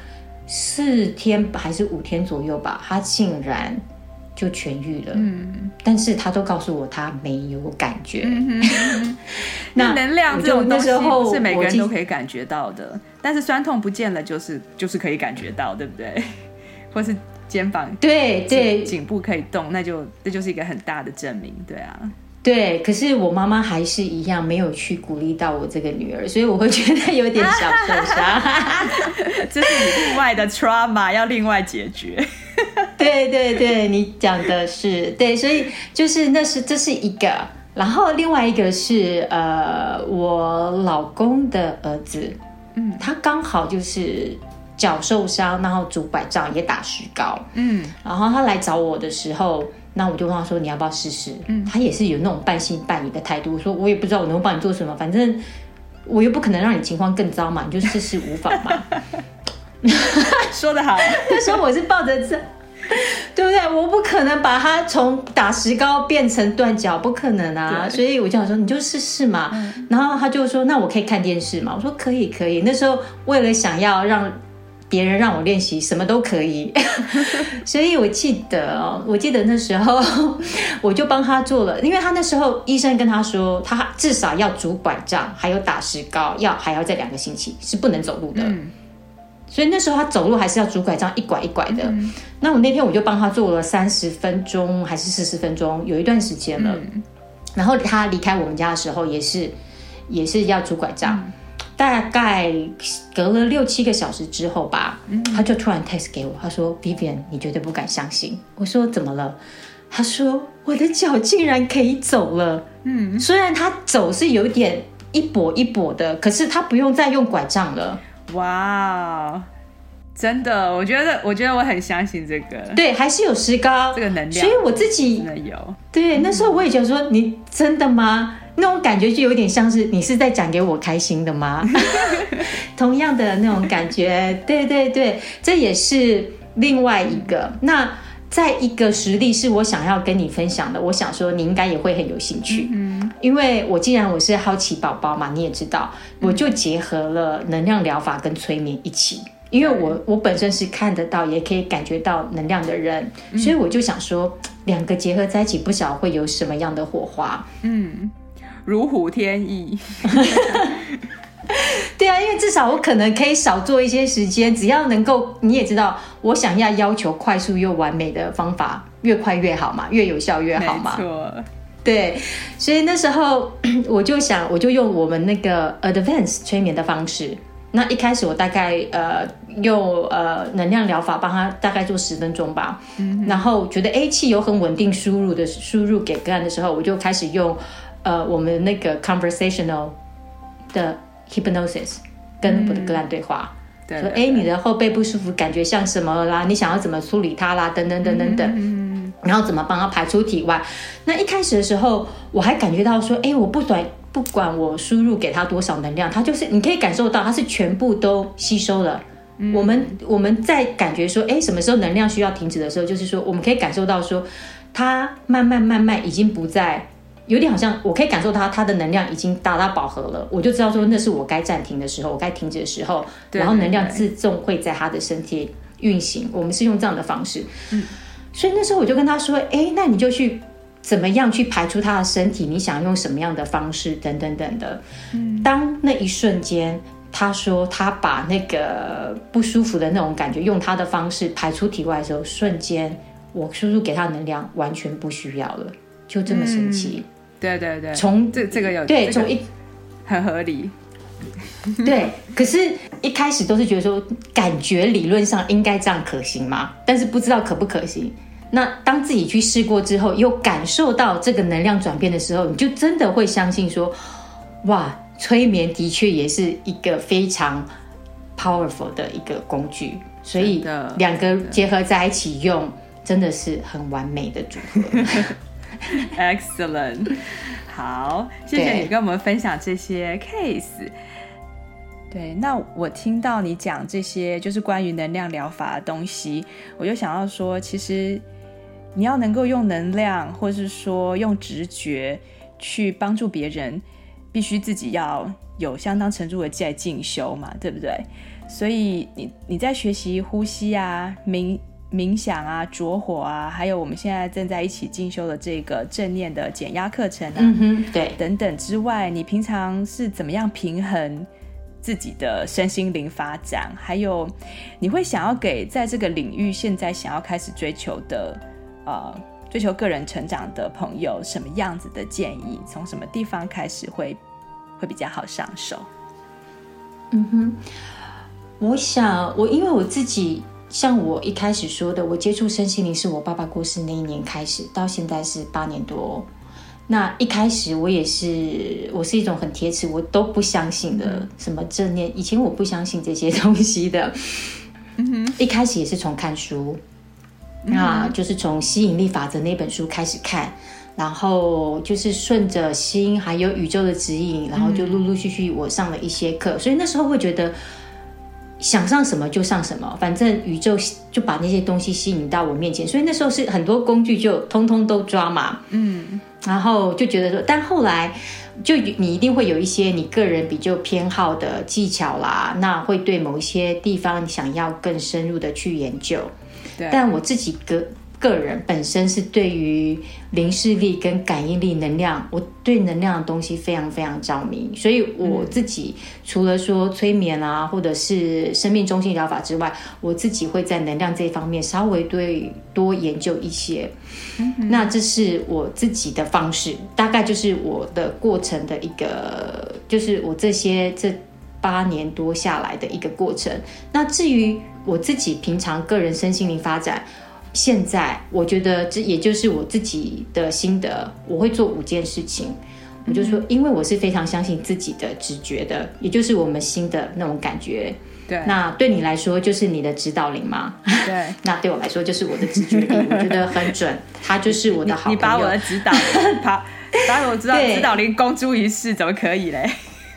，4天还是5天左右吧，她竟然就痊愈了，但是她都告诉我她没有感觉。 那能量这种东西不是每个人都可以感觉到的，但是酸痛不见了就是可以感觉到，对不对？或是肩膀对颈部可以动，那就是一个很大的证明，对啊。 对，可是我妈妈还是一样没有去鼓励到我这个女儿，所以我会觉得有点小受伤。 这是你另外的 trauma 要另外解决。 对，你讲的是对，所以就是这是一个，然后另外一个是我老公的儿子， 他刚好就是脚受伤，然后拄拐杖也打石膏，然后他来找我的时候，那我就问他说你要不要试试，他也是有那种半信半疑的态度，说我也不知道我能帮你做什么，反正我又不可能让你情况更糟嘛，你就试试无妨嘛。 说得好。 那时候我是抱着这，对不对？我不可能把他从打石膏变成断脚，不可能啊！所以我就想说，你就试试嘛。然后他就说，那我可以看电视吗？我说可以，可以。那时候为了想要让别人让我练习，什么都可以。所以我记得那时候我就帮他做了，因为他那时候医生跟他说，他至少要拄拐杖，还有打石膏，还要再2个星期，是不能走路的。所以那时候他走路还是要拄拐杖，一拐一拐的。那我那天我就帮他做了30分钟还是40分钟，有一段时间了。然后他离开我们家的时候也是要拄拐杖。大概隔了6-7个小时之后吧，他就突然 text 给我，他说 Vivian 你绝对不敢相信。我说怎么了？他说我的脚竟然可以走了。虽然他走是有点一跛一跛的，可是他不用再用拐杖了。 哇，真的，我觉得我很相信这个， 对，还是有石膏这个能量， 所以我自己真的有。 对，那时候我也觉得说，你真的吗？那种感觉就有点像是你是在讲给我开心的吗？同样的那种感觉，对对对，这也是另外一个。那再一个实例是我想要跟你分享的，我想说你应该也会很有兴趣。因为既然我是好奇宝宝嘛，你也知道，我就结合了能量疗法跟催眠一起。因为我本身是看得到也可以感觉到能量的人，所以我就想说2个结合在一起，不晓得会有什么样的火花。 如虎添翼。 对啊，因为至少我可能可以少做一些时间，只要能够，你也知道我想要求快速又完美的方法，越快越好嘛，越有效越好嘛。 没错。 对，所以那时候我就用我们那个 advanced 催眠的方式。那一开始我大概用能量疗法帮他大概做10分钟吧，然后觉得气有很稳定输入给个案的时候，我就开始用我们那个 conversational 的 hypnosis 跟我的个案对话，说你的后背不舒服感觉像什么啦，你想要怎么处理它啦，等等等等等，然后怎么帮他排出体外。那一开始的时候我还感觉到说我不管我输入给他多少能量，他就是你可以感受到他是全部都吸收了。我们在感觉说什么时候能量需要停止的时候，就是说我们可以感受到说他慢慢已经不再，有点好像我可以感受到他的能量已经达到饱和了，我就知道说那是我该暂停的时候，我该停止的时候，然后能量自动会在他的身体运行。我们是用这样的方式。所以那时候我就跟他说那你就去怎么样去排出他的身体，你想用什么样的方式等等等的。当那一瞬间他说他把那个不舒服的那种感觉用他的方式排出体外的时候，瞬间我输入给他的能量完全不需要了，就这么神奇。 对对对， 从这个有对， 从很合理。 对，可是一开始都是觉得说感觉理论上应该这样可行嘛，但是不知道可不可行。那当自己去试过之后，又感受到这个能量转变的时候，你就真的会相信说，哇，催眠的确也是一个非常 powerful 的一个工具，所以2个结合在一起用，真的是很完美的组合。 Excellent， 好，谢谢你跟我们分享这些 case。对，那我听到你讲这些就是关于能量疗法的东西，我就想到说，其实你要能够用能量或是说用直觉去帮助别人，必须自己要有相当程度的在进修嘛，对不对？所以你在学习呼吸啊、冥想啊、着火啊，还有我们现在正在一起进修的这个正念的减压课程啊， 对， 等等之外，你平常是怎么样平衡自己的身心灵发展，还有你会想要给在这个领域现在想要开始追求个人成长的朋友什么样子的建议？从什么地方开始会比较好上手？ 我想因为我自己像我一开始说的，我接触身心灵是我爸爸过世那一年开始，到现在是8年多。 那一开始我是一种很铁齿，我都不相信的什么正念，以前我不相信这些东西的。一开始也是从看书，那就是从吸引力法则那本书开始看，然后就是顺着心还有宇宙的指引，然后就陆陆续续我上了一些课，所以那时候会觉得想上什么就上什么，反正宇宙就把那些东西吸引到我面前，所以那时候是很多工具就通通都抓嘛。然后就觉得说，但后来就你一定会有一些你个人比较偏好的技巧啦，那会对某一些地方想要更深入的去研究。对，但我自己个人本身是对于灵视力跟感应力能量，我对能量的东西非常非常着迷，所以我自己除了说催眠啊或者是生命中性疗法之外，我自己会在能量这方面稍微多研究一些。那这是我自己的方式，大概就是我的过程的一个，就是我这8年多下来的一个过程。那至于我自己平常个人身心灵发展，现在我觉得这也就是我自己的心得，我会做5件事情。我就说，因为我是非常相信自己的直觉的，也就是我们心的那种感觉。对，那对你来说就是你的指导灵吗？对，那对我来说就是我的直觉力，我觉得很准，他就是我的好朋友。 你把我的指导灵，把我指导灵公诸于世，怎么可以嘞？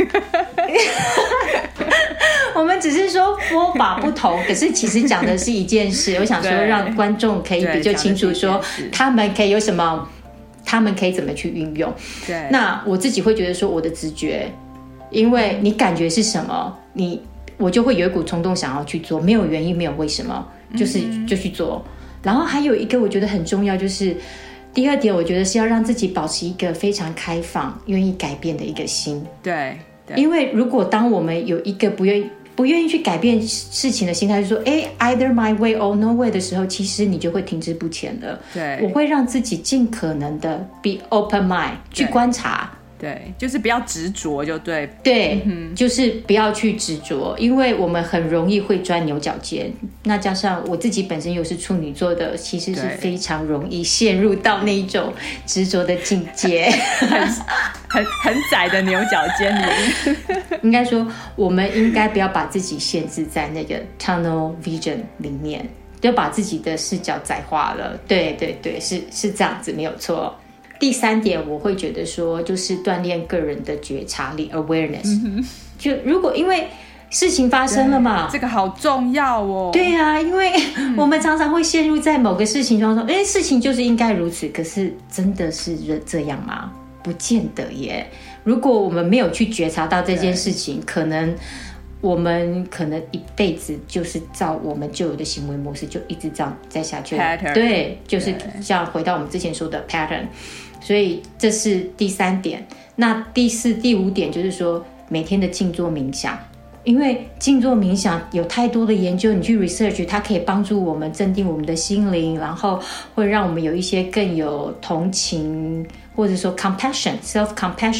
我们只是说说法不同，可是其实讲的是一件事。我想说让观众可以比较清楚说他们可以有什么，他们可以怎么去运用。对，那我自己会觉得说我的直觉，因为你感觉是什么，我就会有一股冲动想要去做，没有原因，没有为什么，就去做。然后还有一个我觉得很重要，就是第2点，我觉得是要让自己保持一个非常开放、愿意改变的一个心。对，因为如果当我们有一个不愿意去改变事情的心态，就说either my way or no way 的时候，其实你就会停滞不前了。对，我会让自己尽可能的 be open mind 去观察。 对，就是不要执着就对。 对，就是不要去执着，因为我们很容易会钻牛角尖。那加上我自己本身又是处女座的，其实是非常容易陷入到那一种执着的境界， 很窄的牛角尖里。 应该说，我们应该不要把自己限制在那个 tunnel vision 里面，就把自己的视角窄化了。对，是这样子，没有错。第3点，我会觉得说，就是锻炼个人的觉察力 awareness。就如果因为事情发生了嘛， 这个好重要哦。 对啊，因为我们常常会陷入在某个事情中说，事情就是应该如此，可是真的是这样吗？不见得耶。如果我们没有去觉察到这件事情，我们可能一辈子就是照我们旧有的行为模式，就一直这样再下去。对，就是像回到我们之前说的 pattern。所以这是第3点。那第4、第5点就是说，每天的静坐冥想。因为静坐冥想有太多的研究，你去 research， 它可以帮助我们镇定我们的心灵，然后会让我们有一些更有同情，或者说 compassion self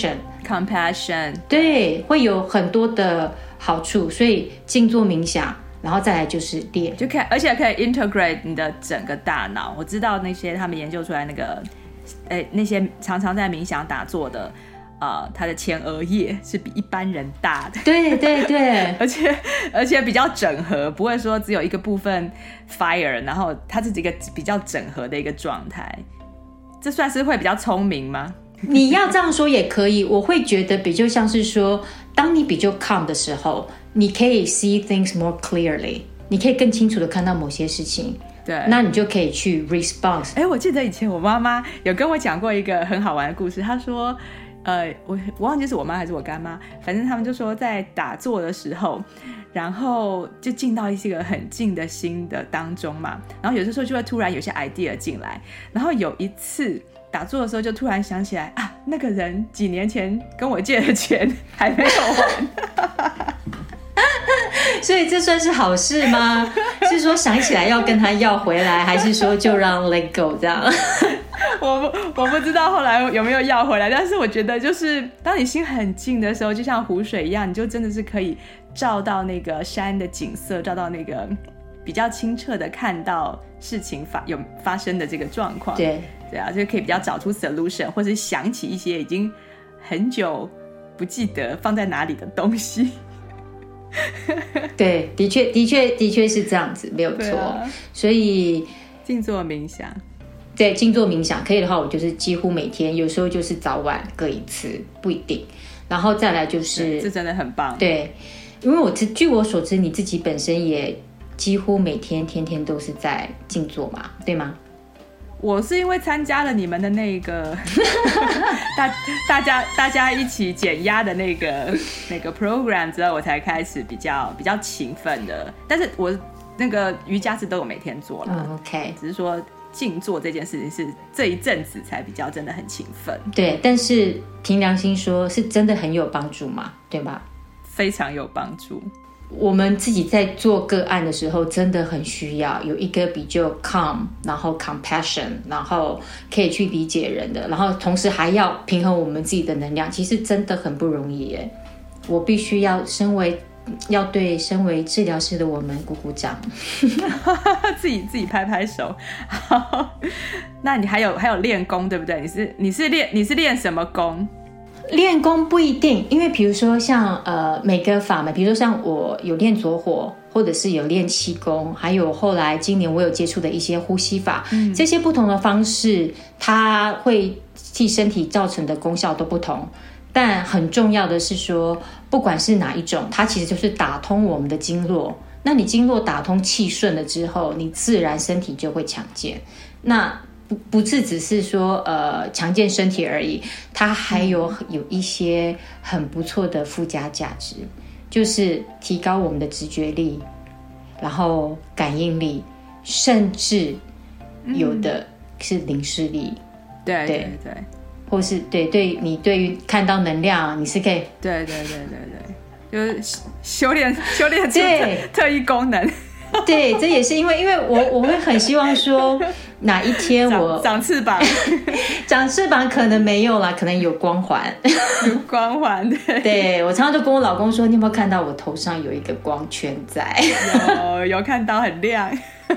compassion， 对，会有很多的好处。所以静坐冥想，然后再来就是练， 而且可以 integrate 你的整个大脑。我知道那些他们研究出来那些常常在冥想打坐的，他的前额叶是比一般人大的。 对， 而且比较整合，不会说只有一个部分 fire， 然后它是一个比较整合的一个状态。这算是会比较聪明吗？ 你要这样说也可以，我会觉得比较像是说，当你比较 calm 的时候，你可以 see things more clearly， 你可以更清楚的看到某些事情。对，那你就可以去 response。 我记得以前我妈妈有跟我讲过一个很好玩的故事。她说，我忘记是我妈还是我干妈，反正他们就说在打坐的时候，然后就进到一个很静的心的当中嘛，然后有的时候就会突然有些 idea 进来，然后有一次打坐的时候就突然想起来啊，那个人几年前跟我借的钱还没有还。 所以这算是好事吗？是说想起来要跟他要回来，还是说就让 let go 这样？ 我不知道后来有没有要回来，但是我觉得就是当你心很静的时候，就像湖水一样，你就真的是可以照到那个山的景色，照到那个比较清澈的看到事情发生的这个状况。对， 对啊，就可以比较找出 solution， 或是想起一些已经很久不记得放在哪里的东西。 对，的确是这样子，没有错。所以静坐冥想， 对，静坐冥想可以的话，我就是几乎每天，有时候就是早晚各一次，不一定。然后再来就是这真的很棒。 对，因为据我所知，你自己本身也几乎每天天天都是在静坐嘛，对吗？ 我是因为参加了你们的那个大家一起减压的那个 program 之后，我才开始比较勤奋的。但是我那个瑜伽是都有每天做了 ，OK， 只是说静坐这件事情是这一阵子才比较真的很勤奋。 对，但是凭良心说，是真的很有帮助嘛，对吧？ 非常有帮助。 我们自己在做个案的时候，真的很需要有一个比较 calm， 然后 compassion， 然后可以去理解人的，然后同时还要平衡我们自己的能量，其实真的很不容易耶。我必须要对身为治疗师的我们鼓鼓掌， 自己拍拍手。好，那你还有练功对不对？你是练什么功？ 练功不一定，因为比如说像每个法门，比如说像我有练左火，或者是有练气功，还有后来今年我有接触的一些呼吸法，这些不同的方式，它会替身体造成的功效都不同。但很重要的是说，不管是哪一种，它其实就是打通我们的经络。那你经络打通气顺了之后，你自然身体就会强健。那不是只是说强健身体而已，它还有一些很不错的附加价值，就是提高我们的直觉力，然后感应力，甚至有的是灵视力。 对， 或是对你对于看到能量，你是可以对，就是修炼出特异功能。 对，这也是因为我会很希望说哪一天我长翅膀长翅膀可能没有啦，可能有光环。 有光环。 对，我常常都跟我老公说，你有没有看到我头上有一个光圈在？ 有看到，很亮。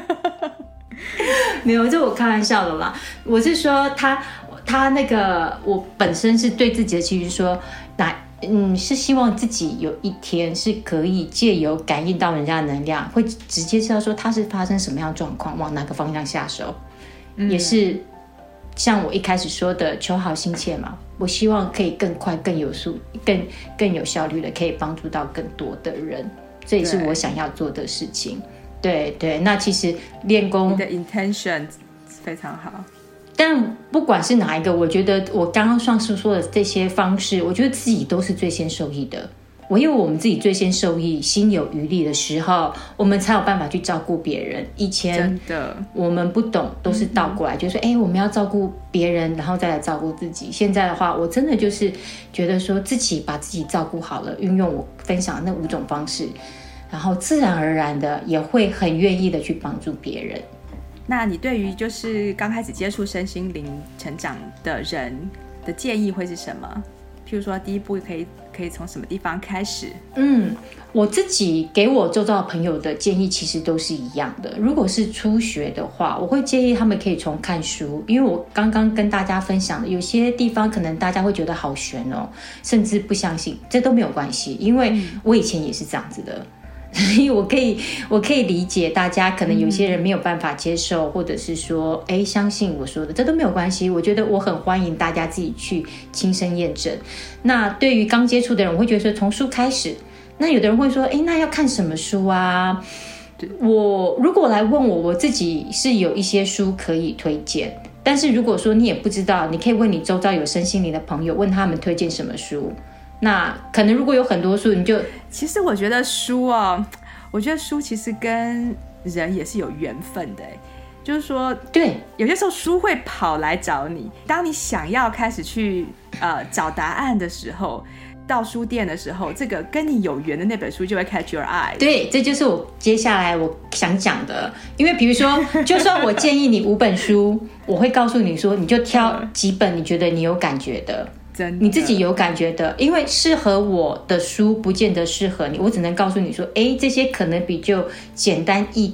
没有，这我开玩笑的啦。我是说他那个，我本身是对自己的期许说，是希望自己有一天是可以借由感应到人家的能量，会直接知道说他是发生什么样的状况，往哪个方向下手。也是像我一开始说的，求好心切嘛。我希望可以更快、更有速、更有效率的，可以帮助到更多的人。这也是我想要做的事情。对，那其实练功， 你的 intention 非常好。 但不管是哪一个，我觉得我刚刚上述说的这些方式，我觉得自己都是最先受益的。因为我们自己最先受益，心有余力的时候，我们才有办法去照顾别人。以前真的我们不懂，都是倒过来，就是说，我们要照顾别人，然后再来照顾自己。现在的话，我真的就是觉得说，自己把自己照顾好了，运用我分享的那5种方式，然后自然而然的也会很愿意的去帮助别人。 那你对于就是刚开始接触身心灵成长的人的建议会是什么？譬如说第一步可以从什么地方开始？ 我自己给我周遭的朋友的建议其实都是一样的。如果是初学的话，我会建议他们可以从看书，因为我刚刚跟大家分享的有些地方可能大家会觉得好玄哦，甚至不相信，这都没有关系，因为我以前也是这样子的。所以我可以理解大家可能有些人没有办法接受，或者是说相信我说的，这都没有关系。我觉得我很欢迎大家自己去亲身验证。那对于刚接触的人，我会觉得说从书开始。那有的人会说那要看什么书啊？如果来问我自己是有一些书可以推荐，但是如果说你也不知道，你可以问你周遭有身心灵的朋友，问他们推荐什么书。那可能如果有很多书， 其实我觉得书其实跟人也是有缘分的。就是说， 对， 有些时候书会跑来找你，当你想要开始去找答案的时候，到书店的时候，这个跟你有缘的那本书就会 catch your eye。 对，这就是我接下来我想讲的。因为比如说就算我建议你5本书，我会告诉你说，你就挑几本你觉得你有感觉的，你自己有感觉的。因为适合我的书不见得适合你，我只能告诉你说这些可能比较简单易懂，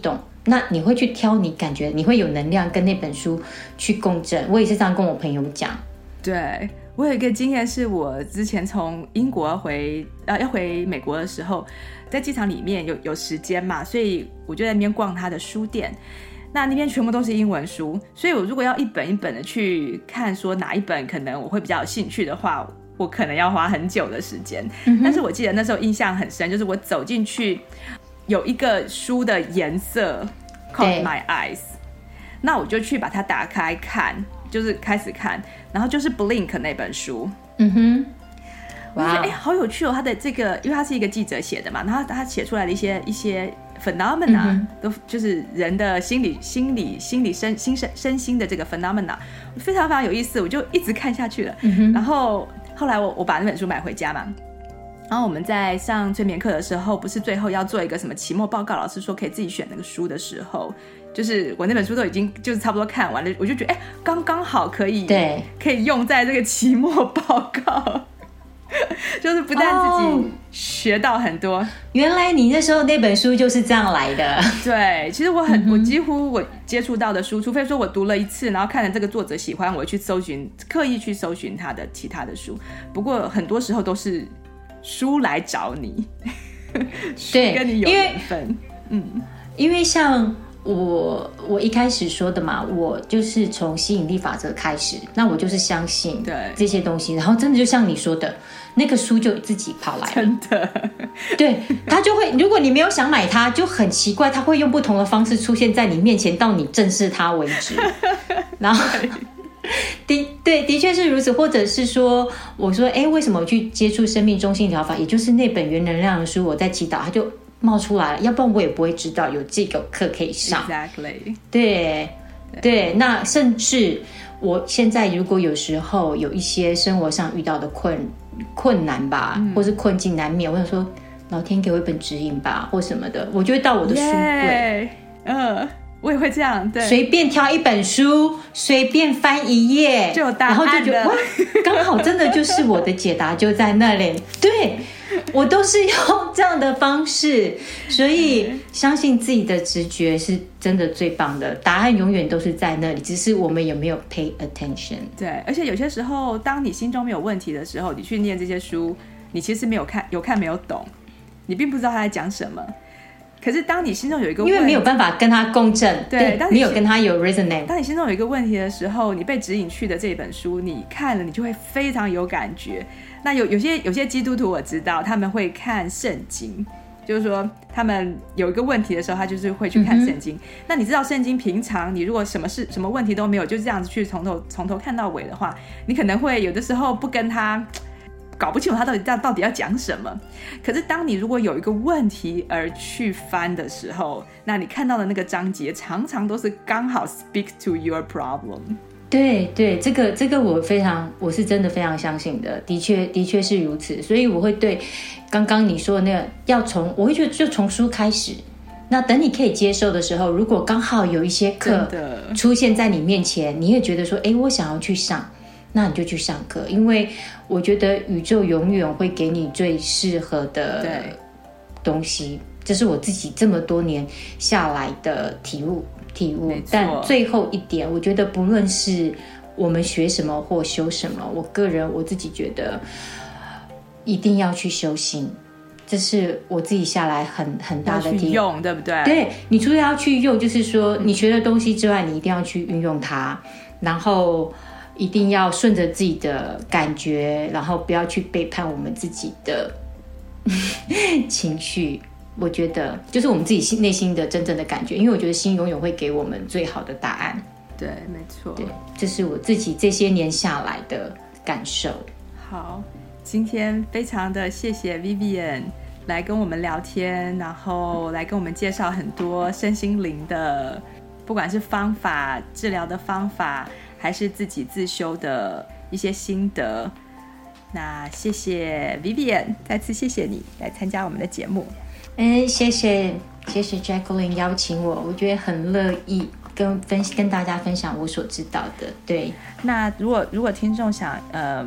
那你会去挑你感觉你会有能量跟那本书去共振。我也是这样跟我朋友讲。 对，我有一个经验是我之前从英国要回美国的时候，在机场里面有时间嘛，所以我就在那边逛他的书店。那边全部都是英文书，所以我如果要一本一本的去看说哪一本可能我会比较有兴趣的话，我可能要花很久的时间。但是我记得那时候印象很深，就是我走进去有一个书的颜色 caught my eyes， 那我就去把它打开看，就是开始看，然后就是 Blink 那本书。我就觉得好有趣哦，他的这个因为他是一个记者写的嘛，然后他写出来的一些 phenomena，都就是人的身心的这个 phenomena， 非常非常有意思，我就一直看下去了。然后后来我把那本书买回家嘛，然后我们在上催眠课的时候，不是最后要做一个什么期末报告，老师说可以自己选那个书的时候，就是我那本书都已经就是差不多看完了，我就觉得刚刚好可以用在这个期末报告。就是不但自己学到很多， 原来你那时候那本书就是这样来的。 对，其实我几乎我接触到的书，除非说我读了一次，然后看了这个作者喜欢，我会去刻意去搜寻他的其他的书。不过很多时候都是书来找你， 对， 跟你有缘分。 因为像我一开始说的嘛，我就是从吸引力法则开始，那我就是相信这些东西，然后真的就像你说的，那个书就自己跑来了， 真的。 对，他就会，如果你没有想买它，就很奇怪，他会用不同的方式出现在你面前，到你正视它为止。然后的确是如此，或者是说，我说，为什么我去接触生命中心疗法，也就是那本原能量的书，我在祈祷，它就冒出来了，要不然我也不会知道有这个课可以上。 Exactly。 对，那甚至我现在如果有时候有一些生活上遇到的困难吧，或是困境难免，我想说老天给我一本指引吧，或什么的，我就会到我的书柜， 我也会这样，对， 随便挑一本书，随便翻一页就有答案了， 然后就觉得哇，刚好真的就是我的解答就在那里。对，我都是用这样的方式，所以相信自己的直觉是真的最棒的，答案永远都是在那里，只是我们有没有 pay attention。 对，而且有些时候当你心中没有问题的时候，你去念这些书，你其实有看没有懂，你并不知道他在讲什么。可是当你心中有一个问题， 因为没有办法跟他共振，对，没有跟他有 resonate。 当你心中有一个问题的时候，你被指引去的这本书你看了，你就会非常有感觉。那有些基督徒我知道他们会看圣经，就是说他们有一个问题的时候，他就是会去看圣经。那你知道圣经平常你如果什么问题都没有，就这样子去从头看到尾的话，你可能会有的时候不跟他搞不清楚他到底要讲什么。可是当你如果有一个问题而去翻的时候，那你看到的那个章节常都是刚好 speak to your problem。 对，这个我是真的非常相信的，的确是如此。所以我会对刚刚你说的那个我会觉得就从书开始，那等你可以接受的时候，如果刚好有一些课出现在你面前，你也觉得说我想要去上，那你就去上课。因为我觉得宇宙永远会给你最适合的东西，这是我自己这么多年下来的体悟。但最后一点，我觉得不论是我们学什么或修什么，我自己觉得一定要去修心，这是我自己下来很大的体悟， 用对不对？ 对，你除了要去用，就是说你学的东西之外，你一定要去运用它，然后一定要顺着自己的感觉，然后不要去背叛我们自己的情绪。我觉得就是我们自己内心的真正的感觉，因为我觉得心永远会给我们最好的答案。 对，没错。 对，这是我自己这些年下来的感受。 好，今天非常的谢谢 Vivian 来跟我们聊天，然后来跟我们介绍很多身心灵的，不管是方法、治疗的方法，还是自己自修的一些心得。那谢谢 Vivian， 再次谢谢你来参加我们的节目。 谢谢 Jacqueline 邀请我觉得很乐意跟大家分享我所知道的。对， 那如果听众想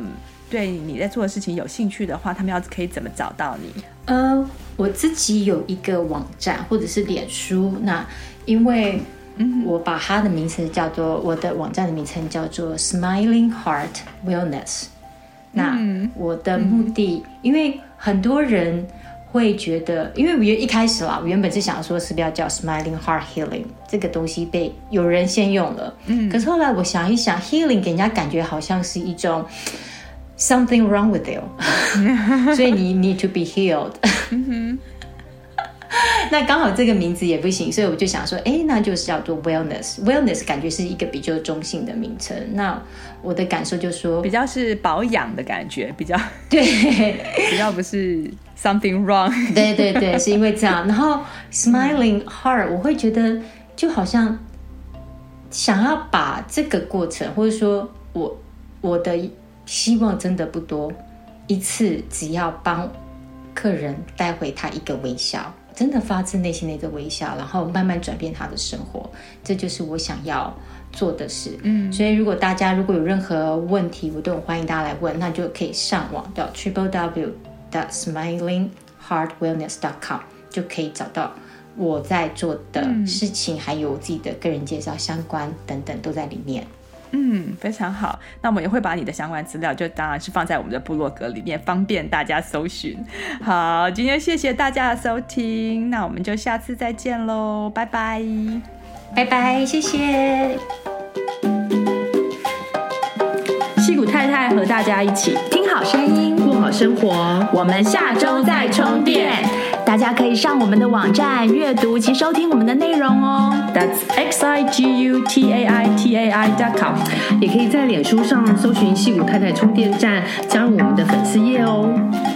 对你在做的事情有兴趣的话，他们可以怎么找到你？ 我自己有一个网站或者是脸书，那因为我把它的名称叫做，我的网站的名称叫做 Smiling Heart Wellness。那我的目的，因为很多人会觉得，因为我一开始啦，我原本是想说是不是要叫 Smiling Heart Healing 这个东西被有人先用了，可是后来我想一想 ，Healing 给人家感觉好像是一种 something wrong with you 所以你 need to be healed 那刚好这个名字也不行，所以我就想说那就是叫做 wellness 感觉是一个比较中性的名称。那我的感受就是说比较是保养的感觉，比较对比较不是 something wrong 对对对，是因为这样。然后 smiling heart 我会觉得就好像想要把这个过程，或者说我的希望真的不多，一次只要帮客人带回他一个微笑，真的发自内心的一个微笑，然后慢慢转变他的生活，这就是我想要做的事。所以如果大家有任何问题，我都很欢迎大家来问，那就可以上网到 www.smilingheartwellness.com 就可以找到我在做的事情，还有我自己的个人介绍相关等等都在里面。 非常好。那我们也会把你的相关资料就当然是放在我们的部落格里面，方便大家搜寻。好，今天谢谢大家的收听，那我们就下次再见咯，拜拜拜拜，谢谢。 矽谷太太和大家一起听好声音， 过好生活， 我们下周再充电。大家可以上我们的网站阅读及收听我们的内容哦。 That's xigutaitai.com， 也可以在脸书上搜寻矽谷太太充电站，加入我们的粉丝页哦。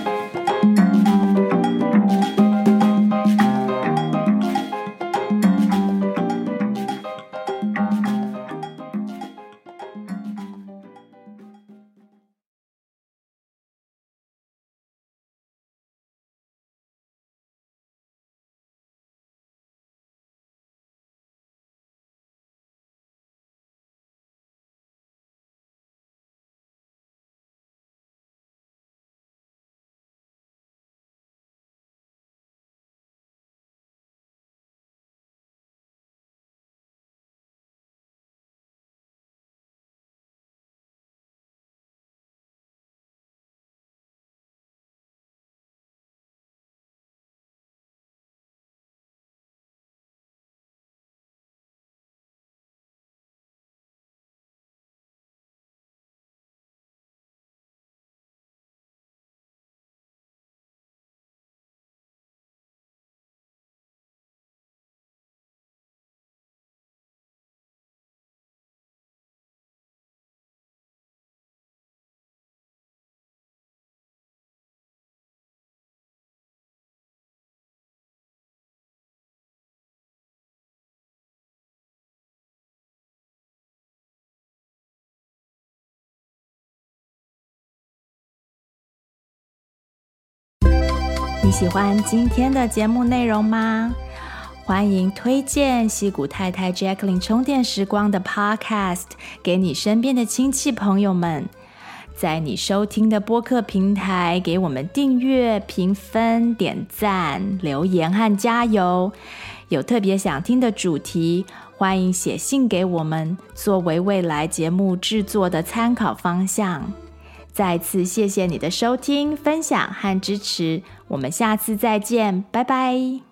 你喜欢今天的节目内容吗？欢迎推荐矽谷太太 Jacqueline 充电时光的 Podcast 给你身边的亲戚朋友们，在你收听的播客平台给我们订阅、评分、点赞、留言和加油。有特别想听的主题，欢迎写信给我们，作为未来节目制作的参考方向。再次谢谢你的收听、分享和支持，我们下次再见，拜拜。